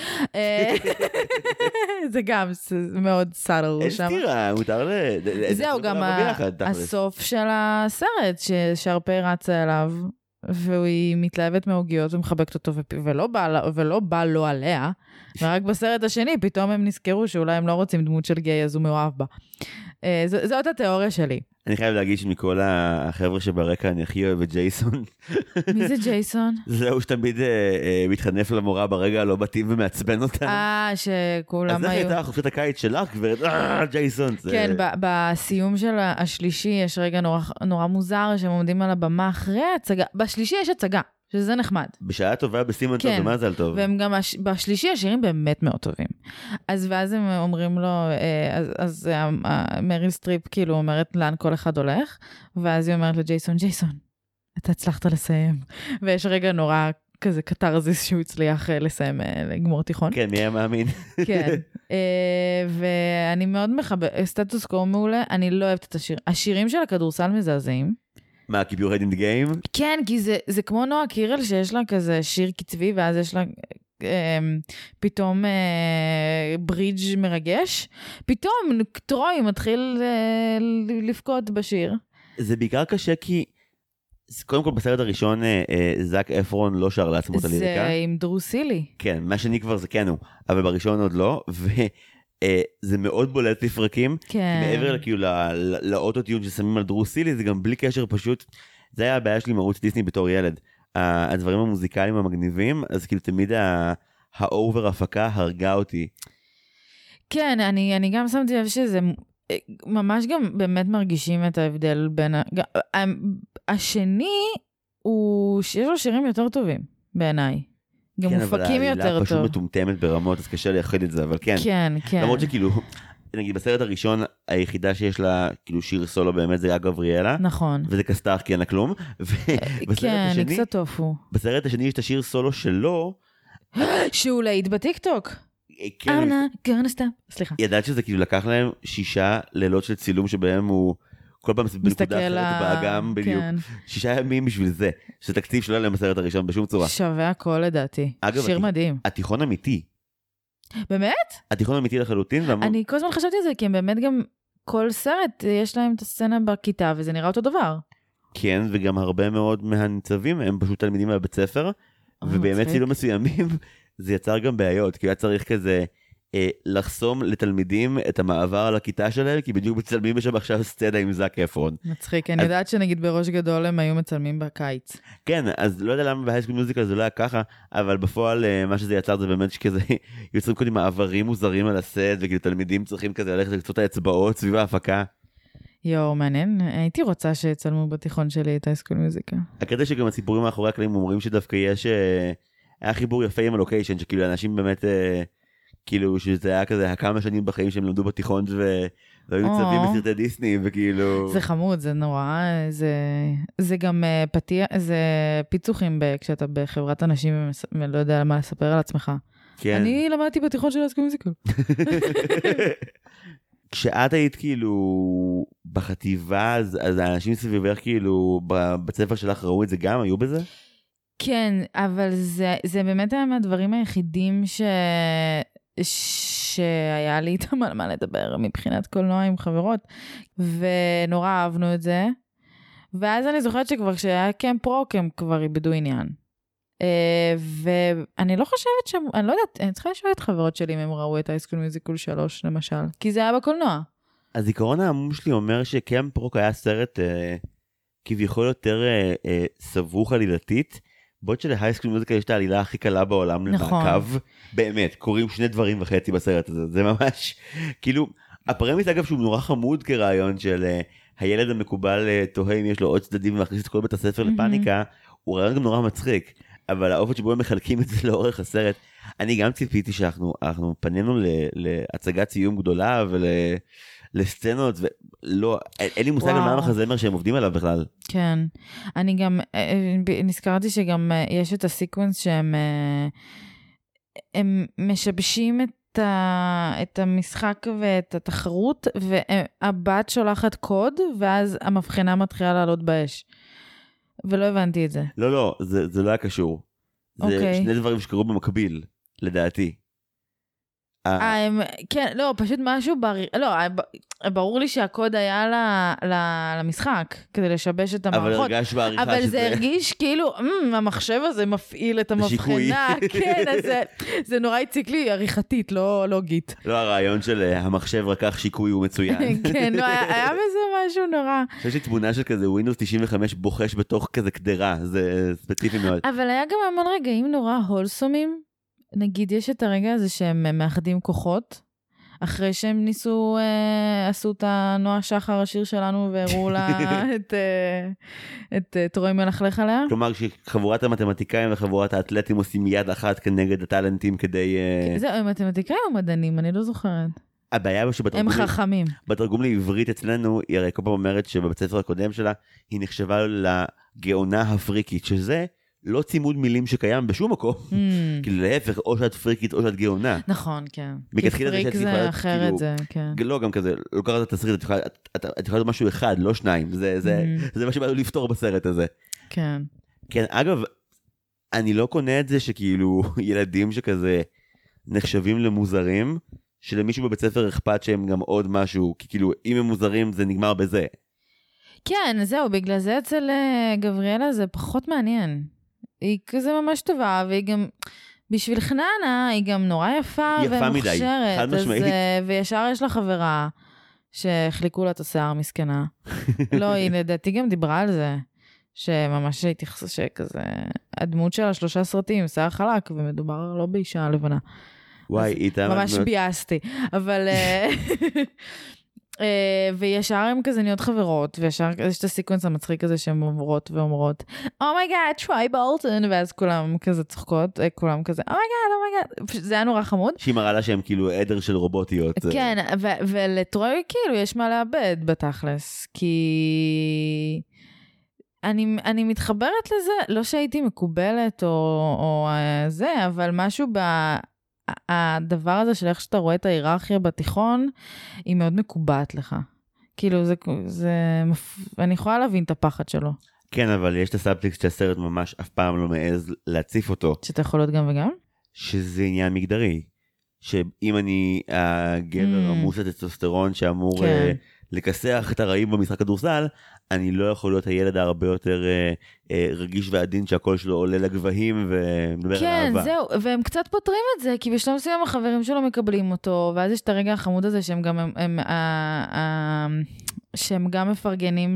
זה גם מאוד סאדל שם. אין סתירה, מותר זהו, גם הסוף של הסרט, ששרפי רצה אליו, והיא מתלהבת מהוגיות ומחבקת אותו, ולא בא לו עליה, ורק בסרט השני פתאום הם נזכרו שאולי הם לא רוצים דמות של גיי, אז הוא מאוהב בה. זאת התיאוריה שלי. אני חייב להגיד שמכל החבר'ה שברקע אני הכי אוהב את ג'ייסון. מי זה ג'ייסון? זהו שתמיד מתחנף למורה ברגע הלא מתאים ומעצבן אותה. שכולם היו... אז איך הייתה חופשת הקיץ שלך, גברת? ג'ייסון. כן, בסיום של השלישי יש רגע נורא מוזר שהם עומדים על הבמה אחרי ההצגה. בשלישי יש הצגה, שזה נחמד. בשעה טובה בסימונטון, זה מזל טוב. והם גם בשלישי השירים באמת מאוד טובים. ואז הם אומרים לו, אז מריל סטריפ כאילו אומרת לאן כל אחד הולך, ואז היא אומרת לג'ייסון, ג'ייסון, אתה הצלחת לסיים. ויש רגע נורא כזה קטרזיס שהוא הצליח לסיים, לגמור תיכון. כן, מי היה מאמין. כן. ואני מאוד סטטוס קוו מעולה, אני לא אוהבת את השיר. השירים של הכדורסל מזעזעים. מה, Keep Your Head in the Game? כן, כי זה כמו נועה קירל שיש לה כזה שיר קצבי, ואז יש לה פתאום ברידג' מרגש. פתאום טרוי מתחיל לפקוד בשיר. זה בעיקר קשה כי, קודם כל בסרט הראשון, זק אפרון לא שר לעצמו את הליריקה. זה עם דרוסילי. כן, מה שני כבר זה כן הוא, אבל בראשון עוד לא, זה מאוד בולט לפרקים, כן. מעבר כאילו לאוטוטיון ששמים על דרוסילי, זה גם בלי קשר פשוט, זה היה הבעיה שלי עם ערוץ דיסני בתור ילד. הדברים המוזיקליים המגניבים, אז כאילו תמיד האובר הפקה הרגה אותי. כן, אני גם שמתי לב שזה, ממש גם באמת מרגישים את ההבדל בין, השני הוא, שיש לו שירים יותר טובים בעיניי. גם מופקים יותר טוב. כן, אבל העילה פשוט מטומטמת ברמות, אז קשה לייחד את זה, אבל כן. כן, כן. למרות שכאילו, נגיד בסרט הראשון, היחידה שיש לה כאילו שיר סולו באמת זה היה גבריאלה. נכון. וזה קסטח כי אין לה כלום. כן, נקסה טופו. בסרט השני יש את השיר סולו שלו. שהוא להיט בטיקטוק. כן. גרנה סתם. סליחה. ידעת שזה כאילו לקח להם 6 לילות של צילום שבהם הוא כל פעם בנקודה אחרת באגם בדיוק. 6 ימים בשביל זה. שזה תקציב שלא להם בסרט הראשון בשום צורה. שווה הכל לדעתי. שיר מדהים. התיכון אמיתי. באמת? התיכון אמיתי לחלוטין. אני כל הזמן חשבתי על זה, כי הם באמת גם כל סרט יש להם את הסצנה בכיתה, וזה נראה אותו דבר. כן, וגם הרבה מאוד מהניצבים הם פשוט תלמידים מהבית ספר, ובאמת צילום מסוימים זה יצר גם בעיות, כי היה צריך כזה לחסום לתלמידים את המעבר על הכיתה שלהם, כי בדיוק מצלמים בשם עכשיו סצנה עם זק אפרון. מצחיק, אני יודעת שנגיד בראש גדול הם היו מצלמים בקיץ. כן, אז לא יודע למה בהייסקול מיוזיקל זה לא היה ככה, אבל בפועל מה שזה יצר זה באמת שכזה יוצרים קודם מעברים מוזרים על הסט, וכאילו תלמידים צריכים כזה ללכת לקצות האצבעות סביב ההפקה. יואו, מעניין, הייתי רוצה שיצלמו בתיכון שלי את הייסקול מיוזיקל. הקטע שגם הסיפורים מאחורי הקלעים אומרים שדווקא יש, היה חיבור יפה עם הלוקיישן, שכאילו אנשים באמת כאילו שזה היה כזה כמה שנים בחיים שהם למדו בתיכון והיו צווים בסרטי דיסני וכאילו... זה חמוד, זה נורא, זה גם זה פיצוחים כשאתה בחברת אנשים ולא יודע מה לספר על עצמך. כן. אני למדתי בתיכון של הייסקול מיוזיקל. כשאת היית כאילו בחטיבה, אז האנשים סביבך כאילו בבית ספר שלך ראו את זה גם, היו בזה? כן, אבל זה באמת היה מהדברים היחידים שהיה לי איתם על מה לדבר מבחינת קולנוע עם חברות, ונורא אהבנו את זה. ואז אני זוכרת שכבר כשהיה קמפ רוק הם כבר איבדו עניין. ואני לא חושבת שם, אני לא יודעת, אני צריכה לשאול את חברות שלי אם הם ראו את הייסקול מיוזיקל 3 למשל, כי זה היה בקולנוע. הזיכרון העמום שלי אומר שקמפ רוק היה סרט כביכול יותר סבוך עלילתית, בעוד שלהייסקול מיוזיקל יש את העלילה הכי קלה בעולם למעקב, באמת, קוראים 2.5 דברים בסרט הזה, זה ממש, כאילו, הפרמיס אגב שהוא נורא חמוד כרעיון של הילד המקובל תוהה אם יש לו עוד צדדים ומכניס את כל בית הספר לפאניקה, הוא רעיון גם נורא מצחיק, אבל האופן שבו הם מחלקים את זה לאורך הסרט, אני גם ציפיתי שאנחנו פנינו להצגת סיום גדולה, לסצנות, ולא, אין לי מושג על מה המחזמר שהם עובדים עליו בכלל. כן, אני גם, נזכרתי שגם יש את הסיקוונס שהם משבשים את המשחק ואת התחרות, והבת שולחת קוד, ואז המבחנה מתחילה לעלות באש. ולא הבנתי את זה. לא, זה לא היה קשור. זה שני דברים שקרו במקביל, לדעתי. כן, לא, פשוט משהו, לא, ברור לי שהקוד היה למשחק, כדי לשבש את המערכות. אבל הרגש בעריכה אבל זה הרגיש כאילו, המחשב הזה מפעיל את המבחנה. כן, אז זה נורא הציק לי עריכתית, לא לוגית. לא, הרעיון של המחשב רקח שיקוי הוא מצוין. כן, לא, היה בזה משהו נורא. יש לי תמונה של כזה ווינדוס 95 בוחש בתוך כזה קדרה, זה ספציפי מאוד. אבל היה גם המון רגעים נורא הולסומים. נגיד, יש את הרגע הזה שהם מאחדים כוחות, אחרי שהם עשו את הנועה שחר השיר שלנו, והראו לה את תורם מלכלך עליה. כלומר, שחבורת המתמטיקאים וחבורת האתלטים עושים יד אחת כנגד הטלנטים כדי... זהו, הם מתמטיקאים או מדענים? אני לא זוכרת. הבעיה הוא הם חכמים. בתרגום לעברית אצלנו, היא הרי כל פעם אומרת שבבית הספר הקודם שלה, היא נחשבה לגאונה הפריקית, שזה... לא צימוד מילים שקיים בשום מקום. כאילו להפך, או שאת פריקית או שאת גאונה. נכון, כן. כי פריק זה אחרת, זה, כן. לא, גם כזה, לא קראת את הסרט, את יכולה לעשות משהו אחד, לא שניים. זה מה שבאנו לפתור בסרט הזה. כן. כן, אגב, אני לא קונה את זה שכאילו ילדים שכזה נחשבים למוזרים, שלמישהו בבית ספר אכפת שהם גם עוד משהו, כי כאילו אם הם מוזרים זה נגמר בזה. כן, זהו, בגלל זה אצל גבריאלה זה פחות מעניין. היא כזה ממש טובה, והיא גם, בשביל חננה, היא גם נורא יפה ומוכשרת. יפה מדי, חד משמעית. וישר יש לה חברה, שהחליקו לה את השיער מסכנה. לא, היא לדעתי גם דיברה על זה, שממש התייחסה שכזה, הדמות שלה 3 סרטים, שיער חלק, ומדובר לא באישה לבנה. וואי, איתה... ממש ביאסתי, אבל... וישר הם כזה נהיות חברות, וישר יש את הסיקוונס המצחיק הזה שהן עוברות ואומרות, אומייגאד, טריי בולטון, ואז כולם כזה צוחקות, כולם כזה, אומייגאד, זה היה נורא חמוד. שהיא מראה לה שהם כאילו עדר של רובוטיות. כן, ולטרוי כאילו יש מה לאבד בתכלס, כי אני מתחברת לזה, לא שהייתי מקובלת או זה, אבל משהו הדבר הזה של איך שאתה רואה את ההיררכיה בתיכון, היא מאוד מקובעת לך. כאילו, אני יכולה להבין את הפחד שלו. כן, אבל יש את הסאבטקסט שהסרט ממש אף פעם לא מעז להציף אותו. שאתה יכול להיות גם וגם? שזה עניין מגדרי. שאם אני הגבר עמוס הטסטוסטרון שאמור לכסח את הרעים במשחק כדורסל, אני לא יכול להיות הילד הרבה יותר רגיש ועדין שהקול שלו עולה לגבהים ומדבר על אהבה. כן, זהו, והם קצת פותרים את זה, כי בשלב מסוים החברים שלו מקבלים אותו, ואז יש את הרגע החמוד הזה שהם גם, שהם גם מפרגנים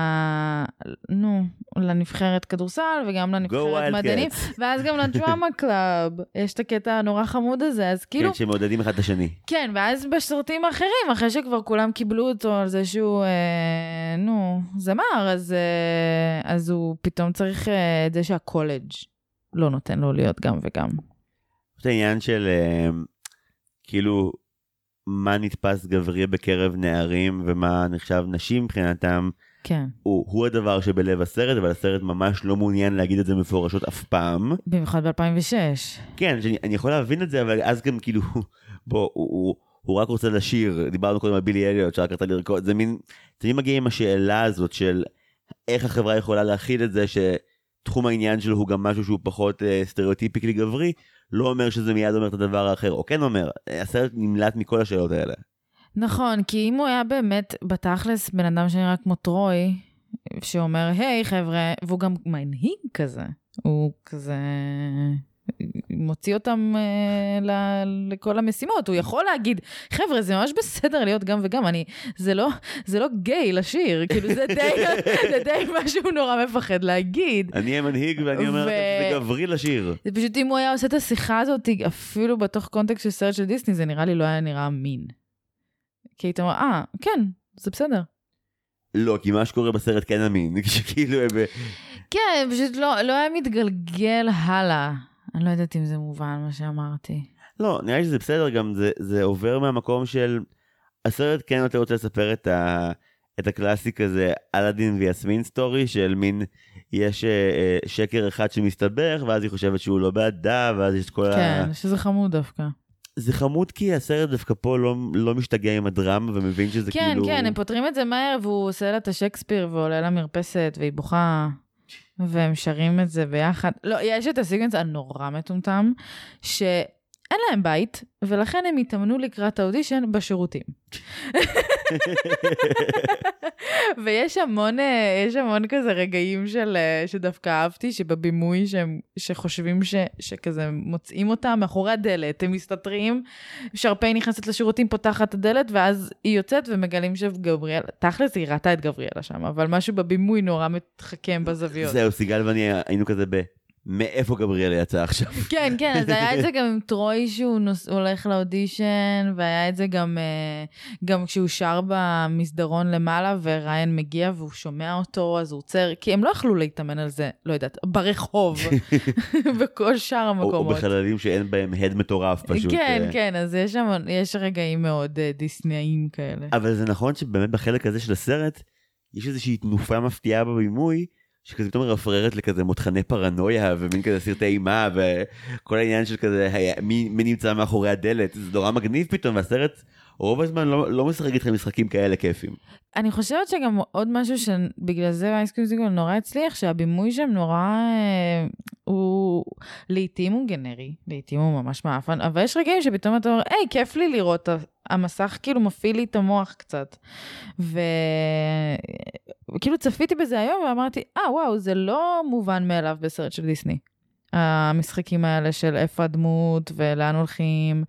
לנבחרת כדורסל, וגם לנבחרת מדענים, ואז גם לדרמה קלאב, יש את הקטע הנורא חמוד הזה, אז כאילו... כן, שמעודדים אחד את השני. כן, ואז בסרטים האחרים, אחרי שכבר כולם קיבלו אותו על זה שהוא, זמר, אז הוא פתאום צריך את זה שהקולג' לא נותן לו להיות גם וגם. זה העניין של, כאילו, מה נתפס גברי בקרב נערים, ומה נחשב נשים מבחינתם, כן. הוא הדבר שבלב הסרט, אבל הסרט ממש לא מעוניין להגיד את זה מפורשות אף פעם. במיוחד ב-2006. כן, אני יכול להבין את זה, אבל אז גם כאילו, בוא, הוא רק רוצה לשיר, דיברנו קודם על בילי אליוט, שרק רצה לרקוד, זה מין, תמיד מגיע עם השאלה הזאת של איך החברה יכולה להכיל את זה, שתחום העניין שלו הוא גם משהו שהוא פחות סטריאוטיפי גברי, לא אומר שזה מיד אומר את הדבר האחר, או כן אומר, הסרט נמלט מכל השאלות האלה. נכון, כי אם הוא היה באמת בתכלס בן אדם שנראה כמו טרוי, שאומר, היי חבר'ה, והוא גם מנהיג כזה, הוא כזה מוציא אותם לכל המשימות, הוא יכול להגיד, חבר'ה, זה ממש בסדר להיות גם וגם, זה לא גיי לשיר, כאילו זה די משהו נורא מפחד להגיד. אני המנהיג ואני אומר, זה גברי לשיר. זה פשוט אם הוא היה עושה את השיחה הזאת, אפילו בתוך קונטקסט של סרט של דיסני, זה נראה לי לא היה נראה מין. כי היית אומר, כן, זה בסדר. לא, כי מה שקורה בסרט כן אמין, שכאילו... כן, פשוט לא היה מתגלגל הלאה. אני לא יודעת אם זה מובן מה שאמרתי. לא, נראה לי שזה בסדר, גם זה עובר מהמקום של... הסרט כן יותר רוצה לספר את הקלאסיק הזה, אלאדין ויסמין סטורי, של מין, יש שקר אחד שמסתבך, ואז היא חושבת שהוא לא בעדה, ואז יש את כל כן, שזה חמוד דווקא. זה חמוד כי הסרט דווקא פה לא משתגע עם הדרמה, ומבין שזה כן, כאילו... כן, הם פותרים את זה מהר, והוא עושה לה את השקספיר, ועולה למרפסת, והיא בוכה, והם שרים את זה ביחד. לא, יש את הסיקוונס הנורא מטומטם, שאין להם בית, ולכן הם התאמנו לקראת האודישן בשירותים. ויש המון כזה רגעים שדווקא אהבתי, שבבימוי שחושבים שכזה מוצאים אותם מאחורי הדלת, הם מסתתרים, שרפי נכנסת לשירותים, פותחת את הדלת, ואז היא יוצאת ומגלים שגבריאל, תכלס היא ראתה את גבריאלה שם, אבל משהו בבימוי נורא מתחכם בזוויות. זהו, סיגל ואני היינו כזה מאיפה גבריאלה יצא עכשיו? כן, כן, אז היה את זה גם עם טרוי שהוא הולך לאודישן, והיה את זה גם כשהוא שר במסדרון למעלה, וריין מגיע והוא שומע אותו, אז הוא עוצר, כי הם לא יכלו להתאמן על זה, לא יודעת, ברחוב, בכל שאר המקומות. או בחללים שאין בהם הד מטורף פשוט. כן, כן, אז יש רגעים מאוד דיסניים כאלה. אבל זה נכון שבאמת בחלק הזה של הסרט, יש איזושהי תנופה מפתיעה בבימוי, שכזה פתאום מרפררת לכזה מותחני פרנויה, ומין כזה סרטי אימה, וכל העניין של כזה, מי נמצא מאחורי הדלת, זה נורא מגניב פתאום, והסרט רוב הזמן לא משחק איתכם משחקים כאלה כיפים. אני חושבת שגם עוד משהו שבגלל זה הייסקול מיוזיקל נורא הצליח, שהבימוי שם נורא, לעתים הוא גנרי, לעתים הוא ממש מאפן, אבל יש רגעים שפתאום אתה אומר, היי, כיף לי לראות, המסך כאילו מפעיל לי את המוח קצת. וכאילו צפיתי בזה היום ואמרתי, וואו, זה לא מובן מאליו בסרט של דיסני. המשחקים האלה של איפה הדמות ולאן הולכים,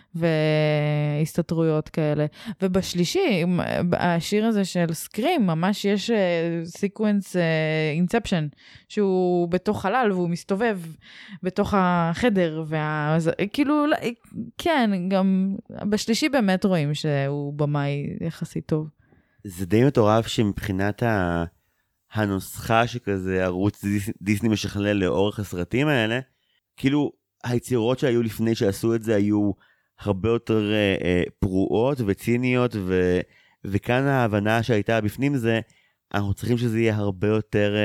והסתתרויות כאלה. ובשלישי, השיר הזה של סקרים, ממש יש סיקוונס אינספשן, שהוא בתוך חלל, והוא מסתובב בתוך החדר, כאילו, כן, גם בשלישי באמת רואים שהוא במאי יחסית טוב. זה די מטורף שמבחינת הנוסחה שכזה ערוץ דיסני משכלל לאורך הסרטים האלה, כאילו היצירות שהיו לפני שעשו את זה היו הרבה יותר פרועות וציניות, וכאן ההבנה שהייתה בפנים זה, אנחנו צריכים שזה יהיה הרבה יותר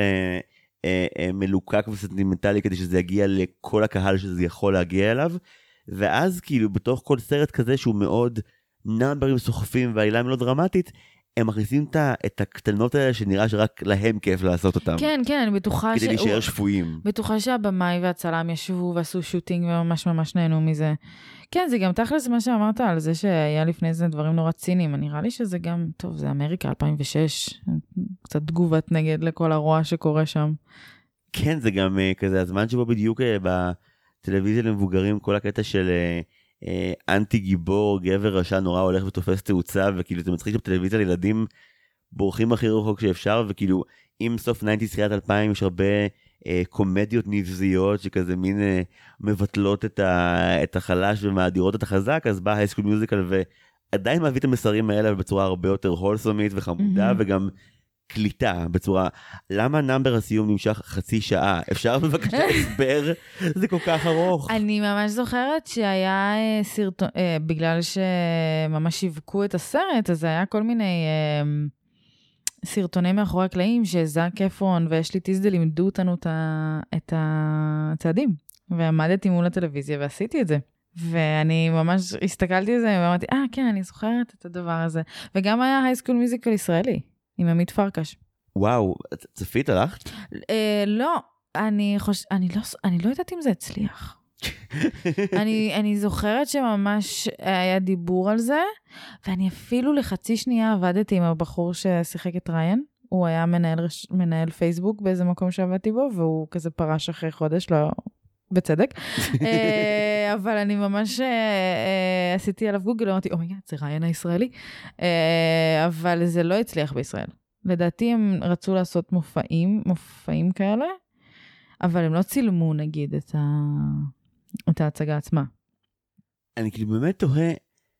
מלוקק וסנטימנטלי, כדי שזה יגיע לכל הקהל שזה יכול להגיע אליו, ואז כאילו בתוך כל סרט כזה שהוא מאוד נאמברים סוחפים והעילה לא דרמטית, הם מכניסים את הקטנות האלה שנראה שרק להם כיף לעשות אותם. כן, כן, אני בטוחה כדי להישאר שפויים. בטוחה שהבמאי והצלם ישבו ועשו שוטינג וממש ממש נהנו מזה. כן, זה גם תכלס מה שאמרת על זה שהיה לפני זה דברים נורא ציניים. נראה לי שזה גם, טוב, זה אמריקה 2006, קצת תגובת נגד לכל הרוע שקורה שם. כן, זה גם כזה הזמן שבו בדיוק בטלוויזיה למבוגרים, כל הקטע של אנטי גיבור, גבר רשע נורא הולך ותופס תאוצה, וכאילו זה מצחיק שבטלוויזיה לילדים בורחים הכי רחוק שאפשר, וכאילו אם סוף 90's תחילת 2000 יש הרבה קומדיות נבזיות שכזה מין מבטלות את החלש ומאדירות את החזק, אז בא הייסקול מיוזיקל ועדיין מביא את המסרים האלה בצורה הרבה יותר הולסומית וחמודה, וגם קליטה בצורה, למה נאמבר הסיום נמשך חצי שעה? אפשר בבקשה הסבר? זה כל כך ארוך. אני ממש זוכרת שהיה סרטון, בגלל שממש שיווקו את הסרט, אז היה כל מיני סרטונים מאחורי הקלעים, שזאק אפרון ואשלי טיזדל לימדו אותנו את הצעדים, ועמדתי מול הטלוויזיה ועשיתי את זה. ואני ממש הסתכלתי על זה ואמרתי, כן, אני זוכרת את הדבר הזה. וגם היה הייסקול מיוזיקל ישראלי. עם עמית פרקש. וואו, צפית הלכת? לא, אני לא יודעת אם זה הצליח. אני זוכרת שממש היה דיבור על זה, ואני אפילו לחצי שנייה עבדתי עם הבחור ששיחק את ריין, הוא היה מנהל פייסבוק באיזה מקום שעבדתי בו, והוא כזה פרש אחרי חודש, לא בצדק, אבל אני ממש עשיתי עליו גוגל, אמרתי, אומייגאד, זה ריין הישראלי, אבל זה לא הצליח בישראל. לדעתי הם רצו לעשות מופעים כאלה, אבל הם לא צילמו נגיד את ההצגה עצמה. אני כאילו באמת תוהה,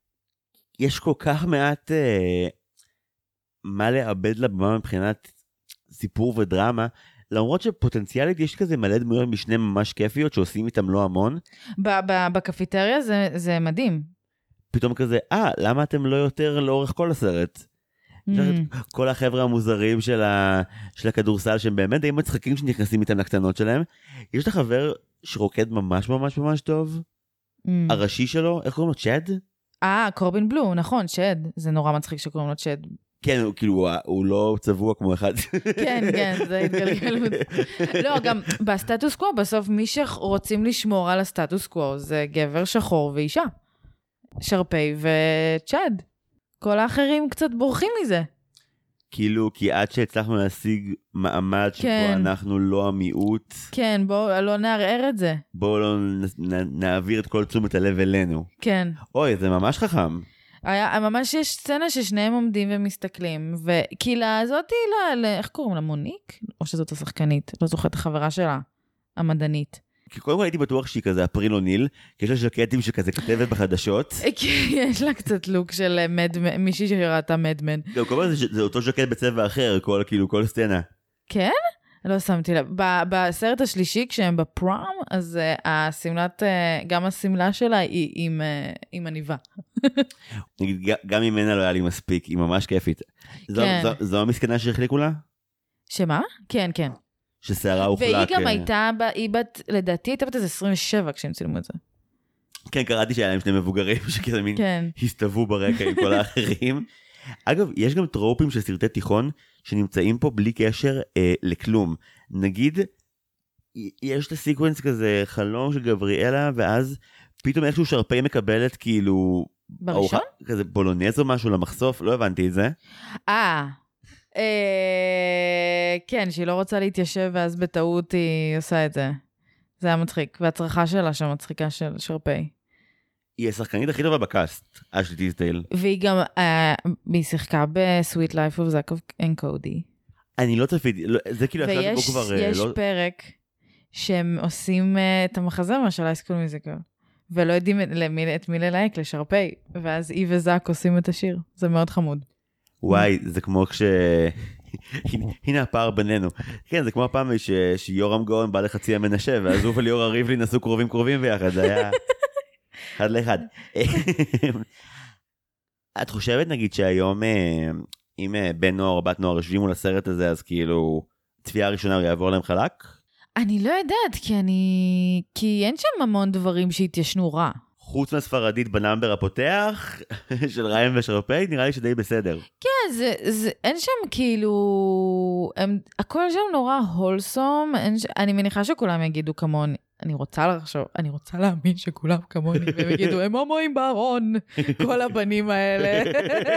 יש כל כך מעט מה לאבד לבמה מבחינת סיפור ודרמה, למרות שפוטנציאלית יש כזה מלא דמויות משנה ממש כיפיות שעושים איתם לא המון. בקפיטריה זה מדהים. פתאום כזה, למה אתם לא יותר לאורך כל הסרט? כל החבר'ה המוזרים של הכדורסל, שהם באמת די מצחקים שנכנסים איתם לקטנות שלהם. יש לך חבר שרוקד ממש ממש ממש טוב? הראשי שלו, איך קוראים לו? צ'אד? קורבין בלו, נכון, צ'אד. זה נורא מצחיק שקוראים לו צ'אד. כן, כאילו, הוא לא צבוע כמו אחד. כן, זה התגלגל. לא, גם בסטטוס קוו, בסוף מי שרוצים לשמור על הסטטוס קוו, זה גבר שחור ואישה. שרפי וצ'אד. כל האחרים קצת בורחים מזה. כאילו, כי עד שהצלחנו להשיג מעמד שבו אנחנו לא המיעוט. כן, בואו לא נערער את זה. בואו לא נעביר את כל תשומת הלב אלינו. כן. אוי, זה ממש חכם. ממש יש סצנה ששניהם עומדים ומסתכלים, וכאילו זאתי, איך קוראים לה, מוניק? או שזאת השחקנית? לא זוכרת החברה שלה, המדענית. כי קודם כל הייתי בטוח שהיא כזה אפריל אוניל, כי יש לה ז'קטים שכזה כתבת בחדשות. יש לה קצת לוק של מישהי שראתה מדמן. גם כל פעם זה אותו ז'קט בצבע אחר, כל סצנה. כן? לא שמתי לב. בסרט השלישי, כשהם בפרום, אז גם הסמלה שלה היא עם עניבה. נגיד, גם ממנה לא היה לי מספיק, היא ממש כיפית. זו המסכנה שהחליקו לה? שמה? כן, כן. ששערה הוחלק. והיא גם הייתה, לדעתי הייתה בת איזה 27 כשהם צילמו את זה. כן, קראתי שהיה להם שני מבוגרים שכזה מין הסתובבו ברקע עם כל האחרים. אגב, יש גם טרופים של סרטי תיכון שנמצאים פה בלי קשר לכלום. נגיד, יש את הסיקוונס כזה, חלום של גבריאלה, ואז פתאום איכשהו שרפי מקבלת כאילו... בראשון? כזה בולונז או משהו למחשוף, לא הבנתי את זה. כן, שהיא לא רוצה להתיישב, ואז בטעות היא עושה את זה. זה היה מצחיק, והצרחה שלה שם מצחיקה של שרפי. היא השחקנית הכי טובה בקאסט, אשלי טיסדייל. והיא גם, היא שיחקה ב-Sweet Life of Zack and Cody. אני לא צפיתי, זה כאילו... ויש פרק שהם עושים את המחזמר של High School Musical, ולא יודעים את מי ללהק, לשרפי, ואז היא וזאק עושים את השיר. זה מאוד חמוד. וואי, זה כמו הנה הפער בינינו. כן, זה כמו הפעם שיורם גאון בא לחצי המנשה, ואז הוא וליאור הריבלין עשו קרובים ביחד, זה היה אחד לאחד. את חושבת נגיד שהיום, אם בן נוער או בת נוער יושבים מול הסרט הזה, אז כאילו, צפייה הראשונה הוא יעבור להם חלק? אני לא יודעת, כי אין שם המון דברים שהתיישנו רע. חוץ מהספרדית בנאמבר הפותח של ריים ושרפי, נראה לי שדי בסדר. כן, אין שם כאילו, הכל שם נורא הולסום, אני מניחה שכולם יגידו כמוני, אני רוצה להאמין שכולם כמוני, והם יגידו, הם הומואים בארון, כל הבנים האלה.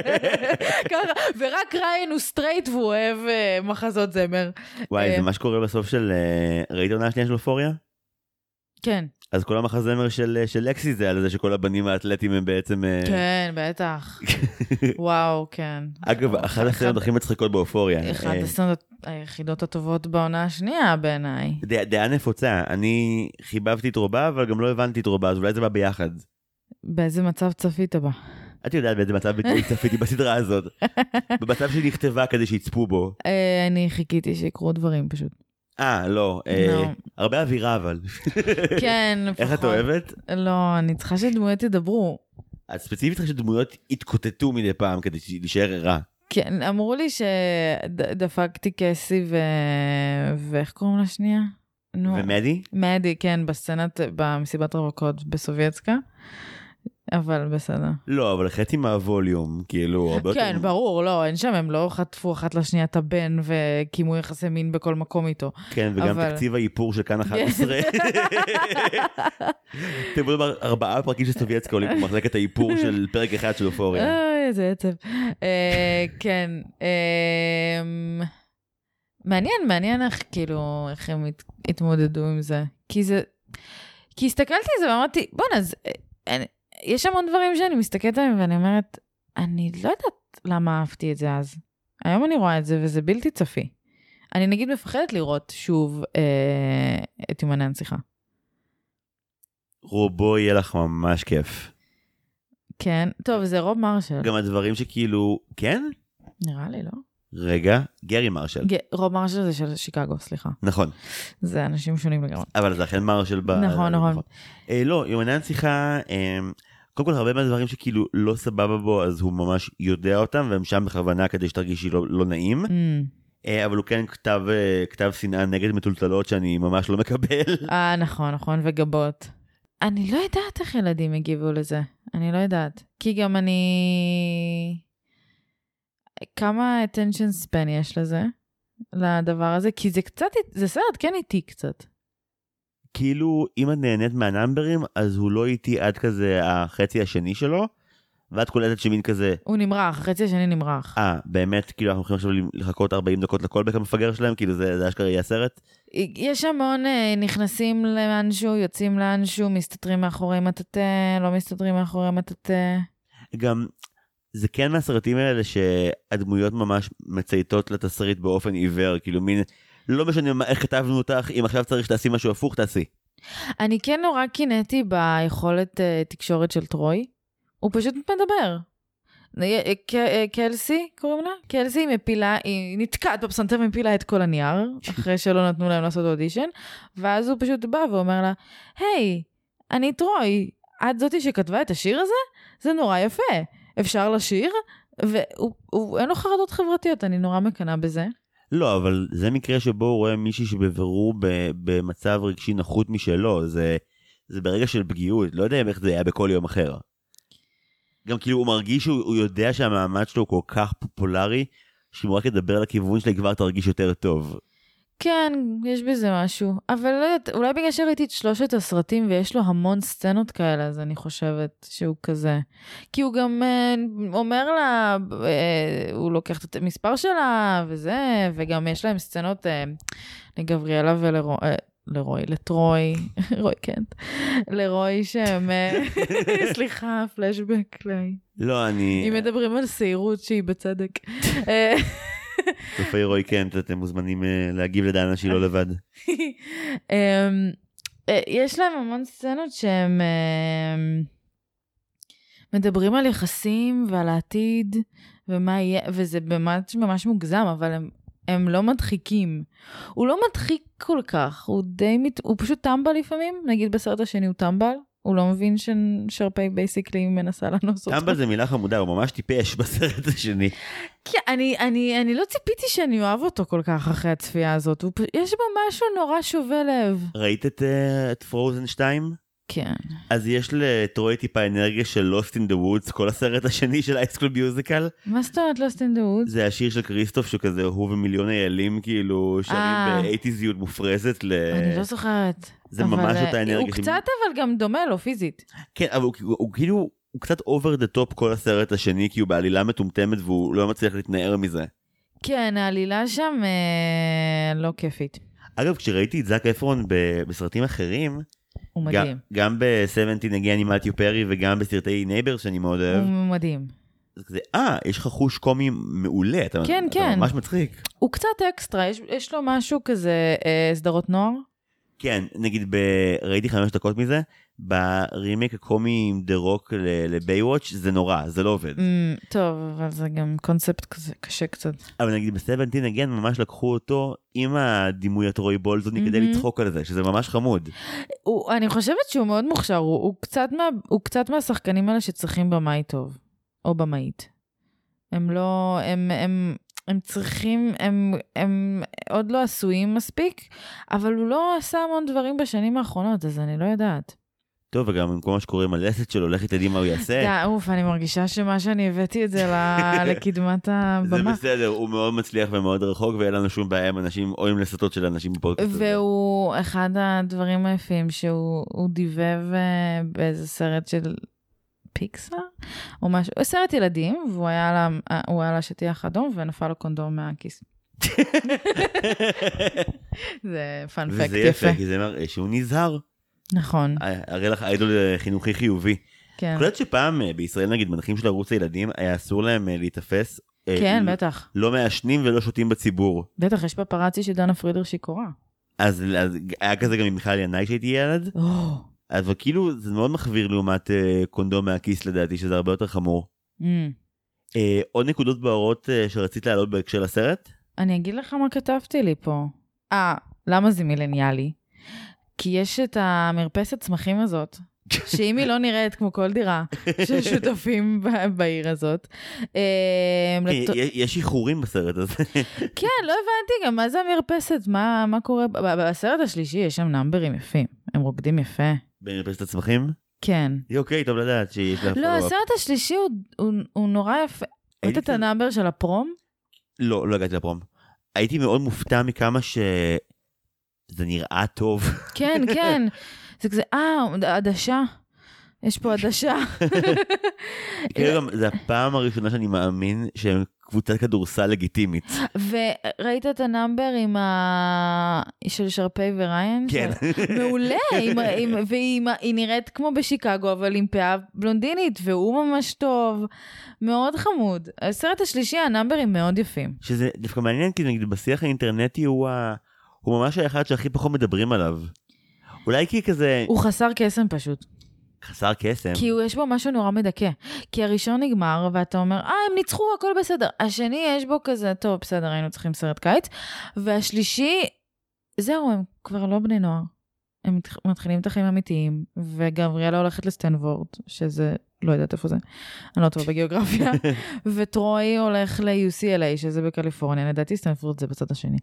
ורק ריין הוא סטרייט והוא אוהב מחזות זמר. וואי, זה מה שקורה בסוף של, ראית עונה השנייה של אופוריה? כן. אז כל המחזמר של לקסי זה על זה שכל הבנים האתלטים הם בעצם... כן, בטח. וואו, כן. אגב, אחת הסצנות הכי מצחיקות באופוריה. אחת הסצנות היחידות הטובות בעונה השנייה בעיניי. דעה נפוצה. אני חיבבתי את רובה, אבל גם לא הבנתי את רובה, אז אולי זה בא ביחד. באיזה מצב צפית בה? את יודעת באיזה מצב צפיתי בסדרה הזאת. במצב שהיא נכתבה כדי שיצפו בו. אני חיכיתי שיקרו דברים פשוט. לא. הרבה אווירה אבל. כן, לפחות. איך את אוהבת? לא, אני צריכה שדמויות ידברו. את ספציפית צריכה שדמויות יתקוטטו מדי פעם כדי להישאר רע. כן, אמרו לי שדפקתי קסי ואיך קוראים לה שנייה? ומדי? מדי, כן, במסיבת רווקות בסובייצקה. אבל בסדר. לא, אבל חצי מהווליום, כאילו... כן, ברור, לא, אין שם, הם לא חטפו אחת לשנייה את הבן וקימו יחסי מין בכל מקום איתו. כן, וגם תקציב האיפור של כאן 11. אתם בודעים 4 פרקים של סובייצקה עולים במחלקת האיפור של פרק אחד של אופוריה. איזה עצב. כן. מעניין איך הם התמודדו עם זה. כי הסתכלתי על זה ואמרתי, בוא נז... יש המון דברים שאני מסתכלת עליהם ואני אומרת, אני לא יודעת למה אהבתי את זה אז. היום אני רואה את זה וזה בלתי צפי. אני נגיד מפחדת לראות שוב את יומני הנסיכה. רובו יהיה לך ממש כיף. כן, טוב, זה רוב מרשל. גם הדברים שכאילו, כן? נראה לי, לא? רגע, גרי מרשל. רוב מרשל זה של שיקגו, סליחה. נכון. זה אנשים שונים לגמרי. אבל זה אכן מרשל. נכון. לא, יומני הנסיכה, קודם כל, הרבה מהדברים שכאילו לא סבבה בו, אז הוא ממש יודע אותם, והם שם בכוונה כדי שתרגישי לא נעים. אבל הוא כן כתב שנאה נגד מטולטלות שאני ממש לא מקבל. נכון, וגבות. אני לא יודעת איך ילדים הגיבו לזה. אני לא יודעת. כי גם כמה attention span יש לזה, לדבר הזה? כי זה סרט כן איטי קצת. כאילו, אם את נהנית מהנאמברים, אז הוא לא איטי עד כזה החצי השני שלו, ואת קולטת שמין כזה... הוא נמרח, החצי השני נמרח. באמת, כאילו אנחנו הולכים עכשיו לחכות 40 דקות לקולבק המפגר שלהם, כאילו זה אשכרה יהיה הסרט? יש המון נכנסים לאנשהו, יוצאים לאנשהו, מסתתרים מאחורי מטאטה, לא מסתתרים מאחורי מטאטה. גם, זה כן מהסרטים האלה שהדמויות ממש מצייתות לתסריט באופן עיוור, כאילו מין, לא משנה איך כתבנו אותך, אם עכשיו צריך שתעשי משהו הפוך, תעשי. אני כן נורא קינאתי ביכולת תקשורת של טרוי. הוא פשוט מדבר. קלסי, קוראים לה? קלסי מפילה, היא נתקעת בפסנתר ומפילה את כל הנייר, אחרי שלא נתנו להם לעשות אודישן, ואז הוא פשוט בא ואומר לה, היי, אני טרוי, את זאתי שכתבה את השיר הזה? זה נורא יפה. אפשר לשיר? ואין לו חרדות חברתיות, אני נורא מקנה בזה. לא, אבל זה מקרה שבו הוא רואה מישהי שבבירור במצב רגשי נחות משלו, זה ברגע של פגיעות, לא יודע איך זה היה בכל יום אחר. גם כאילו הוא מרגיש שהוא יודע שהמעמד שלו הוא כל כך פופולרי, שאם הוא רק ידבר לכיוון שלה כבר תרגיש יותר טוב. כן, יש בזה משהו. אבל לא יודעת, אולי בגלל שראיתי את 3 הסרטים ויש לו המון סצנות כאלה, אז אני חושבת שהוא כזה. כי הוא גם אומר לה, הוא לוקח את המספר שלה וזה, וגם יש להם סצנות לגבריאלה לטרוי, רוי קנט, לרוי שהם, סליחה, פלשבק, לא, אם מדברים על סעירות שהיא בצדק. צופי רוי קנט, אתם מוזמנים להגיב לדענה שהיא לא לבד. יש להם המון סצנות שהם מדברים על יחסים ועל העתיד, ומה יהיה, וזה ממש מוגזם, אבל הם לא מדחיקים. הוא לא מדחיק כל כך, הוא פשוט טמבל לפעמים, נגיד בסרט השני הוא טמבל, הוא לא מבין ששרפי בייסיקלי מנסה לנוס אותו. טמבל זה מילה חמודה, הוא ממש טיפש בסרט השני. כן, אני לא ציפיתי שאני אוהב אותו כל כך אחרי הצפייה הזאת, יש בו משהו נורא שובה לב. ראית את פרוזן 2? כן. אז יש לטרוי טיפה אנרגיה של Lost in the Woods, כל הסרט השני של High School Musical. מה זאת אומרת Lost in the Woods? זה השיר של כריסטוף שכזה, הוא ומיליון איילים כאילו שרים באייטיזיות מופרזת אני לא זוכרת. זה ממש אותה אנרגיה. הוא קצת אבל גם דומה לו פיזית. כן, אבל הוא כאילו, הוא קצת over the top כל הסרט השני, כי הוא בעלילה מטומטמת והוא לא מצליח להתנער מזה. כן, העלילה שם לא כיפית. אגב, כשראיתי את זאק אפרון בסרטים אחרים, הוא מדהים. גם ב-17 נגיע אני מתיו פרי וגם בסרטי נייבר שאני מאוד אוהב. הוא מדהים. זה כזה, יש לך חוש קומי מעולה, אתה ממש מצחיק. הוא קצת אקסטרה, יש לו משהו כזה סדרות נוער. כן, נגיד ראיתי 5 דקות מזה, ברימייק הקומי עם דה רוק לביי-וואץ' זה נורא, זה לא עובד. טוב, אבל זה גם קונספט כזה קשה קצת. אבל נגיד ב-17 נגיע ממש לקחו אותו עם הדימוי הטרוי בולזוני כדי לצחוק על זה, שזה ממש חמוד. אני חושבת שהוא מאוד מוכשר, הוא קצת מהשחקנים האלה שצריכים במאי טוב, או במאית. הם לא, הם צריכים, הם עוד לא עשויים מספיק, אבל הוא לא עשה המון דברים בשנים האחרונות, אז אני לא יודעת. טוב, וגם עם כל מה שקורה עם הלסת שלו, לך תדעי מה הוא יעשה. אוף, אני מרגישה שמה שאני הבאתי את זה לקדמת הבמה. זה בסדר, הוא מאוד מצליח ומאוד רחוק, ואין לנו שום בעיה עם אנשים, או עם לסתות של אנשים בפודקאסט הזה. והוא אחד הדברים היפים, שהוא דיבב באיזה סרט של פיקסאר, או משהו, סרט ילדים, והוא היה על השטיח אדום, ונפל לו קונדום מהכיס. זה פאנפקט יפה. וזה יפה, כי זה מראה שהוא נזהר. נכון. הרי לך איידול חינוכי חיובי. כן. חולת שפעם בישראל נגיד מנחים של ערוץ הילדים היה אסור להם להתאפס. כן, בטח. לא מעשנים ולא שותים בציבור. בטח, יש פפרצי של דנה פרידר שיקורה. אז היה כזה גם עם מיכל ינאי שהייתי ילד. אז כאילו זה מאוד מחביר לעומת קונדום מהכיס לדעתי, שזה הרבה יותר חמור. עוד נקודות בהורות שרצית להעלות בהקשר לסרט? אני אגיד לך מה כתבתי לי פה. למה זה מילניאלי? כי יש את המרפסת צמחים הזאת, שאם היא לא נראית כמו כל דירה של שותפים בעיר הזאת. יש איחורים בסרט הזה. כן, לא הבנתי גם מה זה המרפסת, מה קורה. בסרט השלישי יש שם נאמברים יפים, הם רוקדים יפה. במרפסת הצמחים? כן. אוקיי, טוב לדעת שיש לה... לא, הסרט השלישי הוא נורא יפה. ראית את הנאמבר של הפרום? לא הגעתי לפרום. הייתי מאוד מופתע מכמה שזה נראה טוב. כן, כן. זה כזה, עדשה. יש פה עדשה. זה הפעם הראשונה שאני מאמין שהם קבוצת כדורסל לגיטימית. וראית את הנאמבר של שרפי וריין? כן. מעולה, והיא נראית כמו בשיקגו, אבל עם פאה בלונדינית, והוא ממש טוב, מאוד חמוד. הסרט השלישי, הנאמברים מאוד יפים. שזה דווקא מעניין, כי נגיד בשיח האינטרנטי הוא ממש האחד שהכי פחות מדברים עליו. אולי כי כזה... הוא חסר קסם פשוט. חסר קסם. כי יש בו משהו נורא מדכא. כי הראשון נגמר, ואתה אומר, הם ניצחו, הכל בסדר. השני יש בו כזה, טוב, בסדר, היינו צריכים סרט קיץ. והשלישי, זהו, הם כבר לא בני נוער. הם מתחילים את החיים אמיתיים, וגבריאלה הולכת לסטנפורד, שזה, לא יודעת איפה זה, אני לא טובה בגיאוגרפיה, וטרוי הולך ל-UCLA, שזה בקליפורניה, לדעתי סטנפורד זה בצד השני.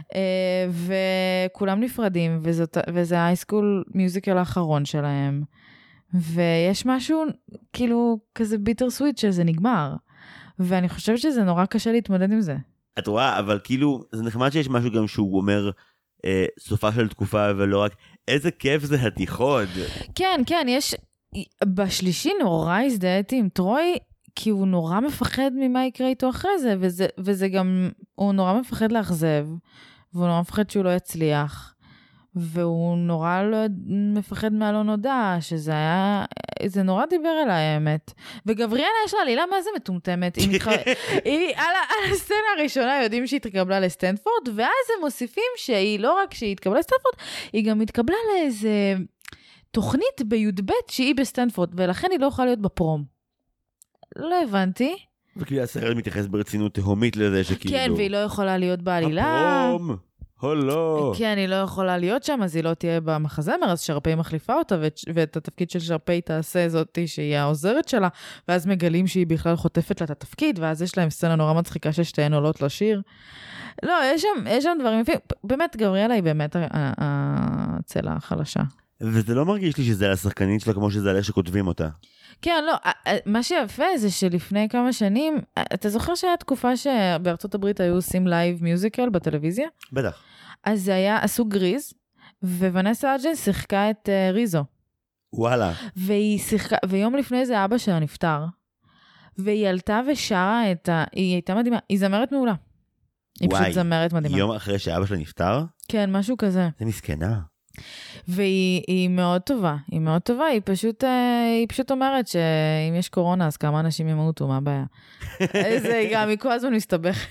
וכולם נפרדים, וזה ההייסקול מיוזיקל האחרון שלהם, ויש משהו כאילו כזה ביטר סוויט שזה נגמר, ואני חושבת שזה נורא קשה להתמודד עם זה. את רואה, אבל כאילו, זה נחמד שיש משהו גם שהוא אומר, סופה של תקופה, ולא רק, איזה כיף זה התיכון. כן, כן, יש, בשלישי נורא הזדהיתי עם טרוי, כי הוא נורא מפחד ממה יקרה איתו אחרי זה, וזה גם, הוא נורא מפחד לאכזב, והוא נורא מפחד שהוא לא יצליח, והוא נורא לא מפחד מהלא נודע, שזה היה, זה נורא דיבר אליי האמת. וגבריאלה יש לה לילה מה זה מטומטמת, היא על הסצנה הראשונה יודעים שהיא התקבלה לסטנפורד, ואז הם מוסיפים שהיא לא רק שהיא התקבלה לסטנפורד, היא גם התקבלה לאיזה תוכנית בי"ב שהיא בסטנפורד, ולכן היא לא יכולה להיות בפרום. לא הבנתי. וכאילו הסרט מתייחס ברצינות תהומית לזה שכאילו... כן, והיא לא יכולה להיות בעלילה. הפרום! לא. כן, היא לא יכולה להיות שם, אז היא לא תהיה במחזמר, אז שרפי מחליפה אותה, ואת התפקיד של שרפי תעשה זאתי שהיא העוזרת שלה, ואז מגלים שהיא בכלל חוטפת לה את התפקיד, ואז יש להם סצנה נורא מצחיקה ששתיהן עולות לשיר. לא, יש שם דברים, באמת גבריאלה היא באמת הצלע החלשה. וזה לא מרגיש לי שזה על השחקנית שלה כמו שזה עליה שכותבים אותה. כן, לא, מה שיפה זה שלפני כמה שנים, אתה זוכר שהיה תקופה שבארצות הברית היו עושים לייב מיוזיקל בטלוויזיה? בטח. אז זה היה, עשו גריז, וונסה אג'נס שיחקה את ריזו. וואלה. והיא שיחקה, ויום לפני זה אבא שלה נפטר, והיא עלתה ושרה היא הייתה מדהימה, היא זמרת מעולה. היא פשוט זמרת מדהימה. יום אחרי שאבא שלה נפטר? כן, משהו כזה. זה מסכנה. והיא מאוד טובה, היא פשוט אומרת שאם יש קורונה, אז כמה אנשים ימותו, מה הבעיה? זה גם, היא כל הזמן מסתבך.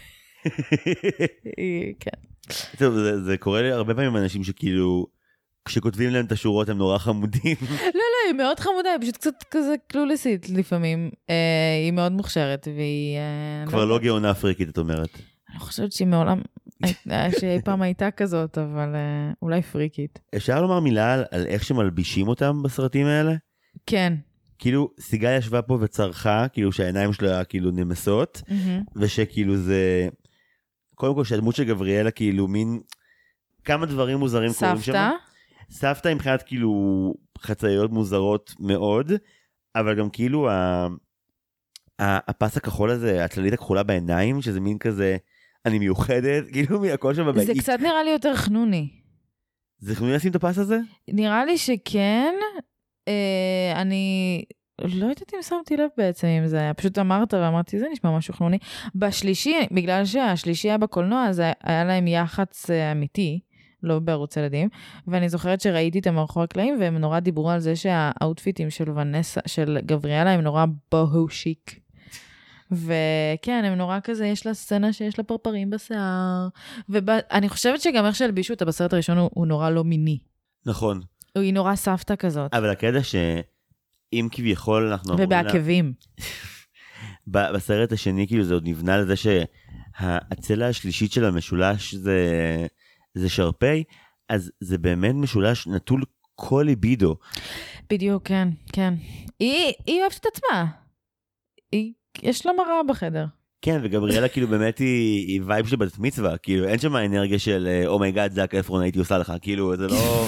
כן. טוב, זה קורה לי הרבה פעמים עם אנשים שכאילו, כשכותבים להם את השורות הם נורא חמודים. לא, היא מאוד חמודה, היא פשוט קצת כזה קלולסית לפעמים. היא מאוד מוכשרת, והיא... כבר לא גאונה אפריקית, את אומרת. אני חושבת שהיא מעולם... שאי פעם הייתה כזאת, אבל אולי פריקית. אפשר לומר מילה על איך שמלבישים אותם בסרטים האלה? כן. כאילו, סיגל ישבה פה וצרחה, כאילו שהעיניים שלה כאילו נמסות, ושכאילו זה... קודם כל שהדמות של גבריאלה כאילו מין... כמה דברים מוזרים קורים שם. סבתא? סבתא מבחינת כאילו חצאיות מוזרות מאוד, אבל גם כאילו הפס הכחול הזה, הצללית הכחולה בעיניים, שזה מין כזה... אני מיוחדת, כאילו מהכל שם בבית. זה קצת נראה לי יותר חנוני. זה חנוני לשים את הפס הזה? נראה לי שכן. אני לא יודעת אם שמתי לב בעצם אם זה היה. פשוט אמרת ואמרתי, זה נשמע משהו חנוני. בשלישי, בגלל שהשלישי היה בקולנוע, אז היה להם יח"צ אמיתי, לא בערוץ ילדים, ואני זוכרת שראיתי את המאחורי הקלעים, והם נורא דיברו על זה שהאוטפיטים של גבריאלה הם נורא בוהו שיק. וכן, הם נורא כזה, יש לה סצנה שיש לה פרפרים בשיער, ואני חושבת שגם איך שהלבישו אותה בסרט הראשון הוא נורא לא מיני. נכון. היא נורא סבתא כזאת. אבל הקטע שאם כביכול אנחנו... ובעקבים. בסרט השני כאילו זה עוד נבנה לזה שהצלע השלישית של המשולש זה שרפי, אז זה באמת משולש נטול כל ליבידו. בדיוק, כן, כן. היא אוהבת את עצמה. יש לה מראה בחדר. כן, וגבריאלה כאילו באמת היא וייב של בת מצווה, כאילו אין שם האנרגיה של אומייגאד זק אפרון הייתי עושה לך, כאילו זה לא...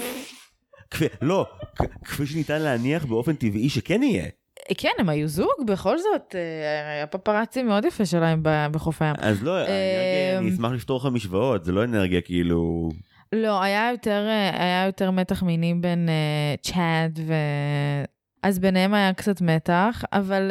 לא, כפי שניתן להניח באופן טבעי שכן יהיה. כן, הם היו זוג, בכל זאת, היה פפרצי מאוד יפה שלהם בחוף הים. אז לא, האנרגיה, אני אשמח לפתור לך משוואות, זה לא אנרגיה כאילו... לא, היה יותר מתח מיני בין צ'אד אז ביניהם היה קצת מתח, אבל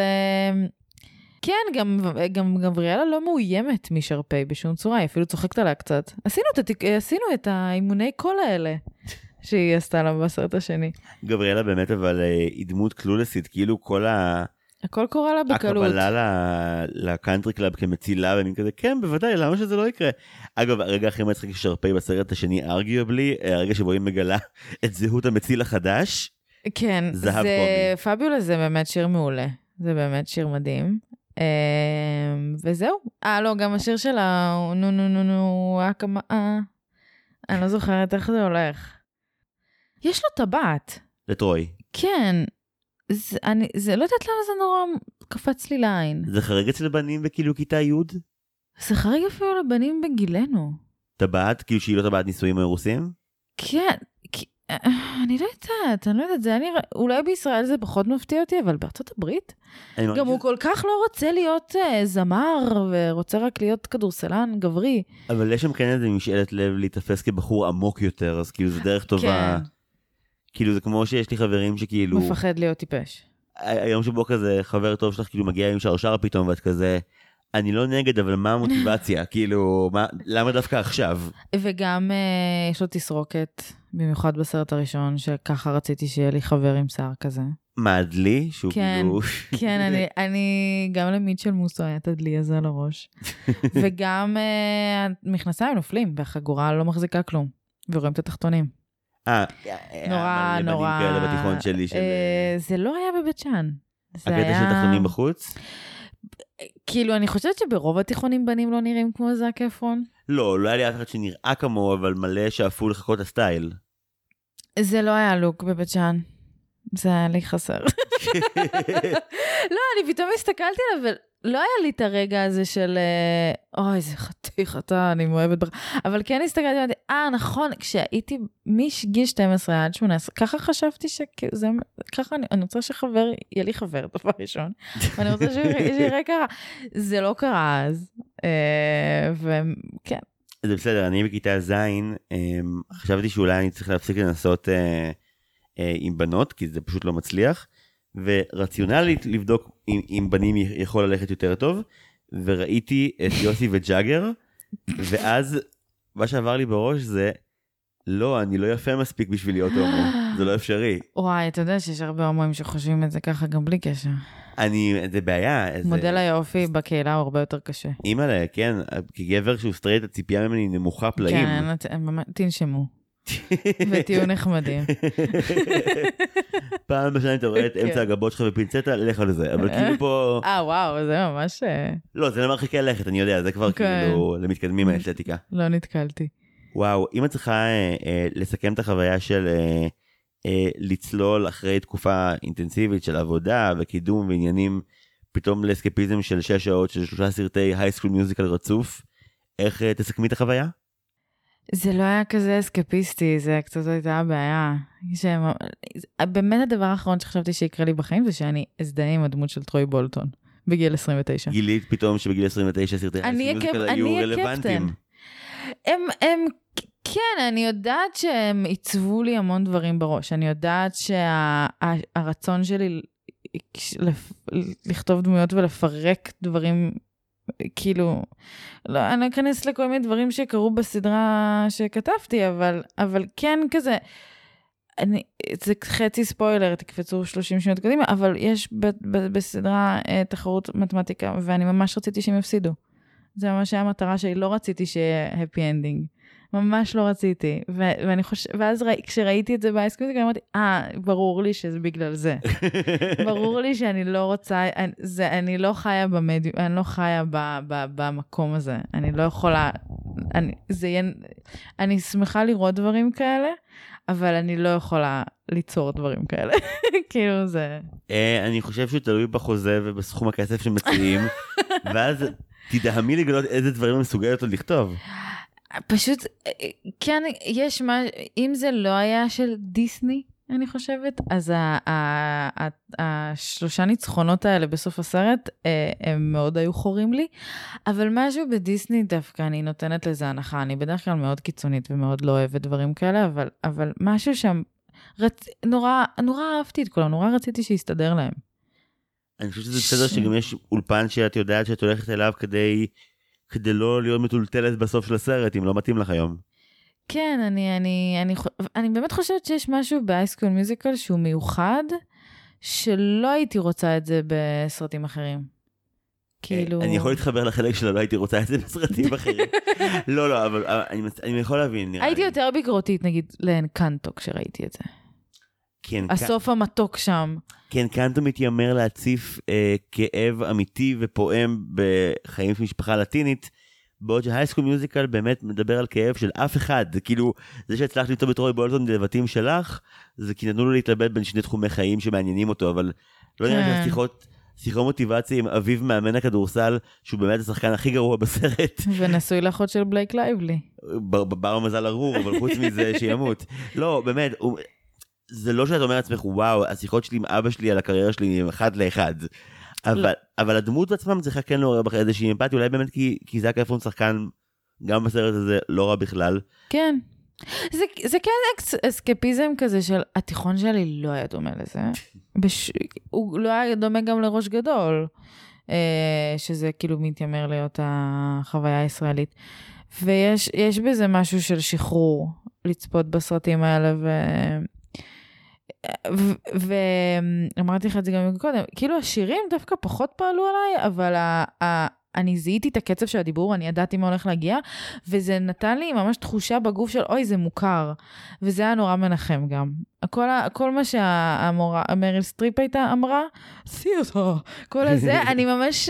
כן, גם גבריאלה לא מאוימת משרפי בשום צורה, היא אפילו צוחקת עליה קצת. עשינו את האימוני קול האלה. שהיא עשתה לה בסרט השני. גבריאלה באמת אבל היא דמות קלולסית, כאילו כל הכל קורה לה בקלות. הקבלה לקאנטרי קלאב כמצילה, ומין כזה, כן, בוודאי, למה שזה לא יקרה? אגב, הרגע הכי מצחיק שרפי בסרט השני, ארגויבלי, הרגע שבו היא מגלה את זהות המציל החדש. כן, זה פאביולס, זה באמת שיר מעולה. זה באמת שיר מדהים. וזהו. לא, גם השיר שלה, נו, אני לא זוכרת איך זה הולך. יש לו טבעת. לטרוי. כן. זה לא יודעת למה זה נורא קפץ לי לעין. זה חרג אצל בנים בכאילו כיתה י'? זה חרג אפילו לבנים בגילנו. טבעת? כאילו שהיא לא טבעת נישואים אירוסים? כן. אני לא יודעת, זה אולי בישראל זה פחות מפתיע אותי, אבל בארצות הברית, גם הוא כל כך לא רוצה להיות זמר, ורוצה רק להיות כדורסלן גברי. אבל יש שם כן איזה משאלת לב להתאפס כבחור עמוק יותר, אז כאילו זה דרך טובה. כאילו זה כמו שיש לי חברים שכאילו... מפחד להיות טיפש. היום שבו כזה חבר טוב שלך כאילו מגיע עם שרשר פתאום, ואת כזה... אני לא נגד, אבל מה המוטיבציה? כאילו, למה דווקא עכשיו? וגם יש לו תסרוקת, במיוחד בסרט הראשון, שככה רציתי שיהיה לי חבר עם שיער כזה. מה, הדלי? כן, כן, אני גם למיטשל מוסו היה את הדלי הזה על הראש. וגם מכנסיים נופלים, והחגורה לא מחזיקה כלום, ורואים את התחתונים. נורא, נורא. בתיכון שלי של... זה לא היה בבית שאן. הקטע של תחתונים בחוץ? כאילו, אני חושבת שברוב התיכונים בנים לא נראים כמו זק אפרון. לא היה לי אף אחד שנראה כמו, אבל מלא שאפו לחכות הסטייל. זה לא היה לוק בבית שאן. זה היה לי חסר. לא, אני פתאום הסתכלתי עליו, אבל לא היה לי את הרגע הזה של, אוי, זה חתיכתה, אני מאוהבת בך. אבל כן הסתכלתי, ואמרתי, נכון, כשהייתי מגיל 12 עד 18, ככה חשבתי שזה, ככה אני רוצה שחבר, יהיה לי חבר, דבר ראשון, ואני רוצה שיראה ככה. זה לא קרה אז, וכן. זה בסדר, אני בכיתה זין, חשבתי שאולי אני צריך להפסיק לנסות עם בנות, כי זה פשוט לא מצליח, ורציונלית לבדוק אם בנים יכול ללכת יותר טוב, וראיתי את יוסי וג'אגר, ואז מה שעבר לי בראש זה, לא, אני לא יפה מספיק בשביל להיות הומו, זה לא אפשרי. וואי, אתה יודע שיש הרבה הומואים שחושבים את זה ככה גם בלי קשר. זה בעיה. מודל היופי בקהילה הוא הרבה יותר קשה. אימא'לה, כן, כגבר שהוא סטרייט, הציפייה ממני נמוכה פלאים. כן, תנשמו. ותהיו נחמדים. פעם בשנה אתה רואה את אמצע הגבות שלך בפינצטה, לך על זה, אבל כאילו פה... וואו, זה ממש... לא, זה לא מרחיקי ללכת, אני יודע, זה כבר כאילו למתקדמים האסתטיקה. לא נתקלתי. וואו, אם את צריכה לסכם את החוויה של לצלול אחרי תקופה אינטנסיבית של עבודה וקידום ועניינים, פתאום לאסקפיזם של 6 שעות של 3 סרטי הייסקול מיוזיקל רצוף, איך תסכמי את החוויה? זה לא היה כזה אסקפיסטי, זה קצת הייתה הבעיה. באמת הדבר האחרון שחשבתי שיקרה לי בחיים, זה שאני אזדהה עם הדמות של טרוי בולטון, בגיל 29. גילית פתאום שבגיל 29 סרטי מיוזיקל היו רלוונטיים. כן, אני יודעת שהם עיצבו לי המון דברים בראש. אני יודעת שהרצון שלי לכתוב דמויות ולפרק דברים... כאילו, לא, אני אכנס לכל מיני דברים שקרו בסדרה שכתבתי, אבל כן כזה, זה חצי ספוילר, תקפצו 30 שניות קדימה, אבל יש בסדרה תחרות מתמטיקה, ואני ממש רציתי שהם יפסידו. זה ממש היה המטרה שלי, לא רציתי שיהיה happy ending. ממש לא רציתי. ואז כשראיתי את זה בהייסקול, אמרתי, ברור לי שזה בגלל זה. ברור לי שאני לא רוצה, אני לא חיה במדיום, אני לא חיה במקום הזה. אני לא יכולה, אני שמחה לראות דברים כאלה, אבל אני לא יכולה ליצור דברים כאלה. כאילו זה... אני חושב שהוא תלוי בחוזה ובסכום הכסף שמציעים, ואז תדהמי לגלות איזה דברים מסוגלת עוד לכתוב. פשוט, כן, יש מה, אם זה לא היה של דיסני, אני חושבת, אז השלושה ניצחונות האלה בסוף הסרט, הם מאוד היו חורים לי, אבל משהו בדיסני דווקא, אני נותנת לזה הנחה, אני בדרך כלל מאוד קיצונית ומאוד לא אוהבת דברים כאלה, אבל משהו שם, נורא אהבתי את כולם, נורא רציתי שיסתדר להם. אני חושב שזה בסדר שגם יש אולפן שאת יודעת שאת הולכת אליו כדי לא להיות מטולטלת בסוף של הסרט, אם לא מתאים לך היום. כן, אני באמת חושבת שיש משהו ב-High School Musical שהוא מיוחד, שלא הייתי רוצה את זה בסרטים אחרים. כאילו... אני יכול להתחבר לחלק שלא הייתי רוצה את זה בסרטים אחרים. לא, אבל אני יכול להבין. הייתי יותר ביקורתית, נגיד, לאנקנטו כשראיתי את זה. הסוף המתוק שם. כן, קנטו מתיימר להציף כאב אמיתי ופועם בחיים של משפחה לטינית, בעוד ש-High School Musical באמת מדבר על כאב של אף אחד. זה כאילו, זה שהצלחת למצוא בטרוי בולטון לבטים שלך, זה כי נתנו לו להתלבט בין שני תחומי חיים שמעניינים אותו, אבל לא נראה שהשיחות מוטיבציה עם אביו מאמן הכדורסל, שהוא באמת השחקן הכי גרוע בסרט. ונשוי לאחות של בלייק לייבלי. בר מזל ארור, אבל חוץ מזה שימות. לא, באמת, זה לא שאת אומר לעצמך, וואו, השיחות שלי עם אבא שלי על הקריירה שלי הם אחד לאחד. אבל הדמות בעצמם צריכה כן לעורר בך איזושהי אמפתיה, אולי באמת כי זאק אפרון שחקן גם בסרט הזה לא רע בכלל. כן. זה כן אסקפיזם כזה של התיכון שלי לא היה דומה לזה. הוא לא היה דומה גם לראש גדול, שזה כאילו מתיימר להיות החוויה הישראלית. ויש בזה משהו של שחרור לצפות בסרטים האלה ואמרתי לך את זה גם קודם, כאילו השירים דווקא פחות פעלו עליי, אבל אני זיהיתי את הקצב של הדיבור, אני ידעתי מה הולך להגיע, וזה נתן לי ממש תחושה בגוף של, אוי, זה מוכר, וזה היה נורא מנחם גם. כל מה שהמורה, מריל סטריפ אמרה, תיאטר, כל הזה, אני ממש,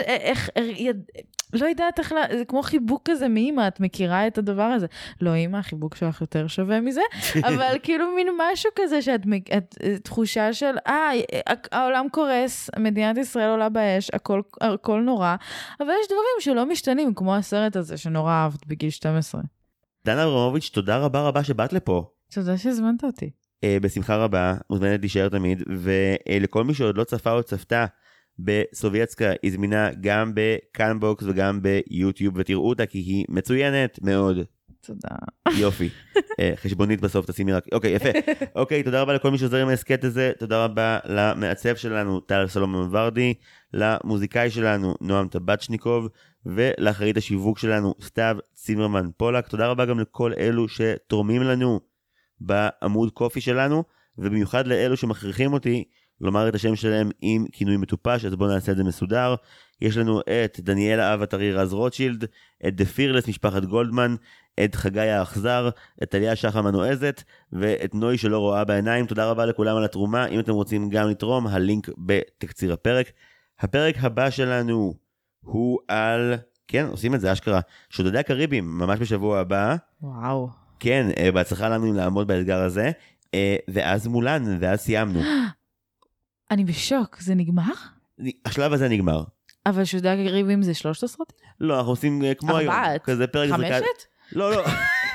לא יודעת איך, זה כמו חיבוק כזה מאמא, את מכירה את הדבר הזה. לא אמא, החיבוק שלך יותר שווה מזה, אבל כאילו מין משהו כזה, שאת תחושה של, העולם קורס, מדינת ישראל עולה באש, הכל נורא, אבל יש דברים שלא משתנים, כמו הסרט הזה שנורא אהבת בגיל 12. דנה אברמוביץ', תודה רבה שבאת לפה. תודה שהזמנת אותי. בשמחה רבה, מוזמנת להישאר תמיד, ולכל מי שעוד לא צפה או צפתה, בסובייצקה היא זמינה גם בקאנבוקס וגם ביוטיוב, ותראו אותה כי היא מצוינת מאוד. תודה. יופי. חשבונית בסוף תשימי רק. אוקיי, יפה. אוקיי, תודה רבה לכל מי שעוזר עם ההסקט הזה, תודה רבה למעצב שלנו טל סלומון ורדי, למוזיקאי שלנו נועם טבצ'ניקוב, ולאחרית השיווק שלנו סתיו צימרמן פולק. תודה רבה גם לכל אלו שתורמים לנו בעמוד קופי שלנו, ובמיוחד לאלו שמכריחים אותי לומר את השם שלהם עם כינוי מטופש, אז בואו נעשה את זה מסודר. יש לנו את דניאל האב עטרי רז רוטשילד, את דה פירלס משפחת גולדמן, את חגי האחזר, את טליה שחם הנועזת, ואת נוי שלא רואה בעיניים. תודה רבה לכולם על התרומה. אם אתם רוצים גם לתרום, הלינק בתקציר הפרק. הפרק הבא שלנו הוא על, כן, עושים את זה אשכרה, שודדי הקריבים, ממש בשבוע הבא. וואו. כן, בהצלחה לנו לעמוד באתגר הזה, ואז מולן, ואז סיימנו. אני בשוק, זה נגמר? השלב הזה נגמר. אבל שודדי הקריבים זה 13 סרטים? לא, אנחנו עושים כמו היום. כזה פרק זריקת... 5? לא.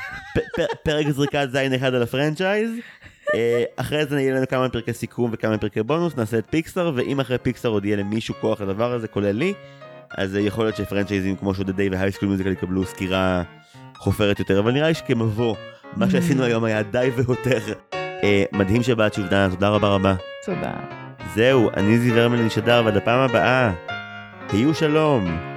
פרק זריקת זין אחד על הפרנצ'ייז. אחרי זה נהיה לנו כמה פרקי סיכום וכמה פרקי בונוס, נעשה את פיקסאר, ואם אחרי פיקסאר עוד יהיה למישהו כוח לדבר הזה, כולל לי, אז יכול להיות שפרנצ'ייזים כמו שודדי והייי סקול מיוזיקל יקבלו סקירה חופרת יותר, אבל נראה לי שכמבוא, מה שעשינו היום היה די והותר. מדהים שבאת שוב דנה, תודה רבה. תודה. זהו, אני זיו הרמלין שדר, ועד הפעם הבאה, היו שלום.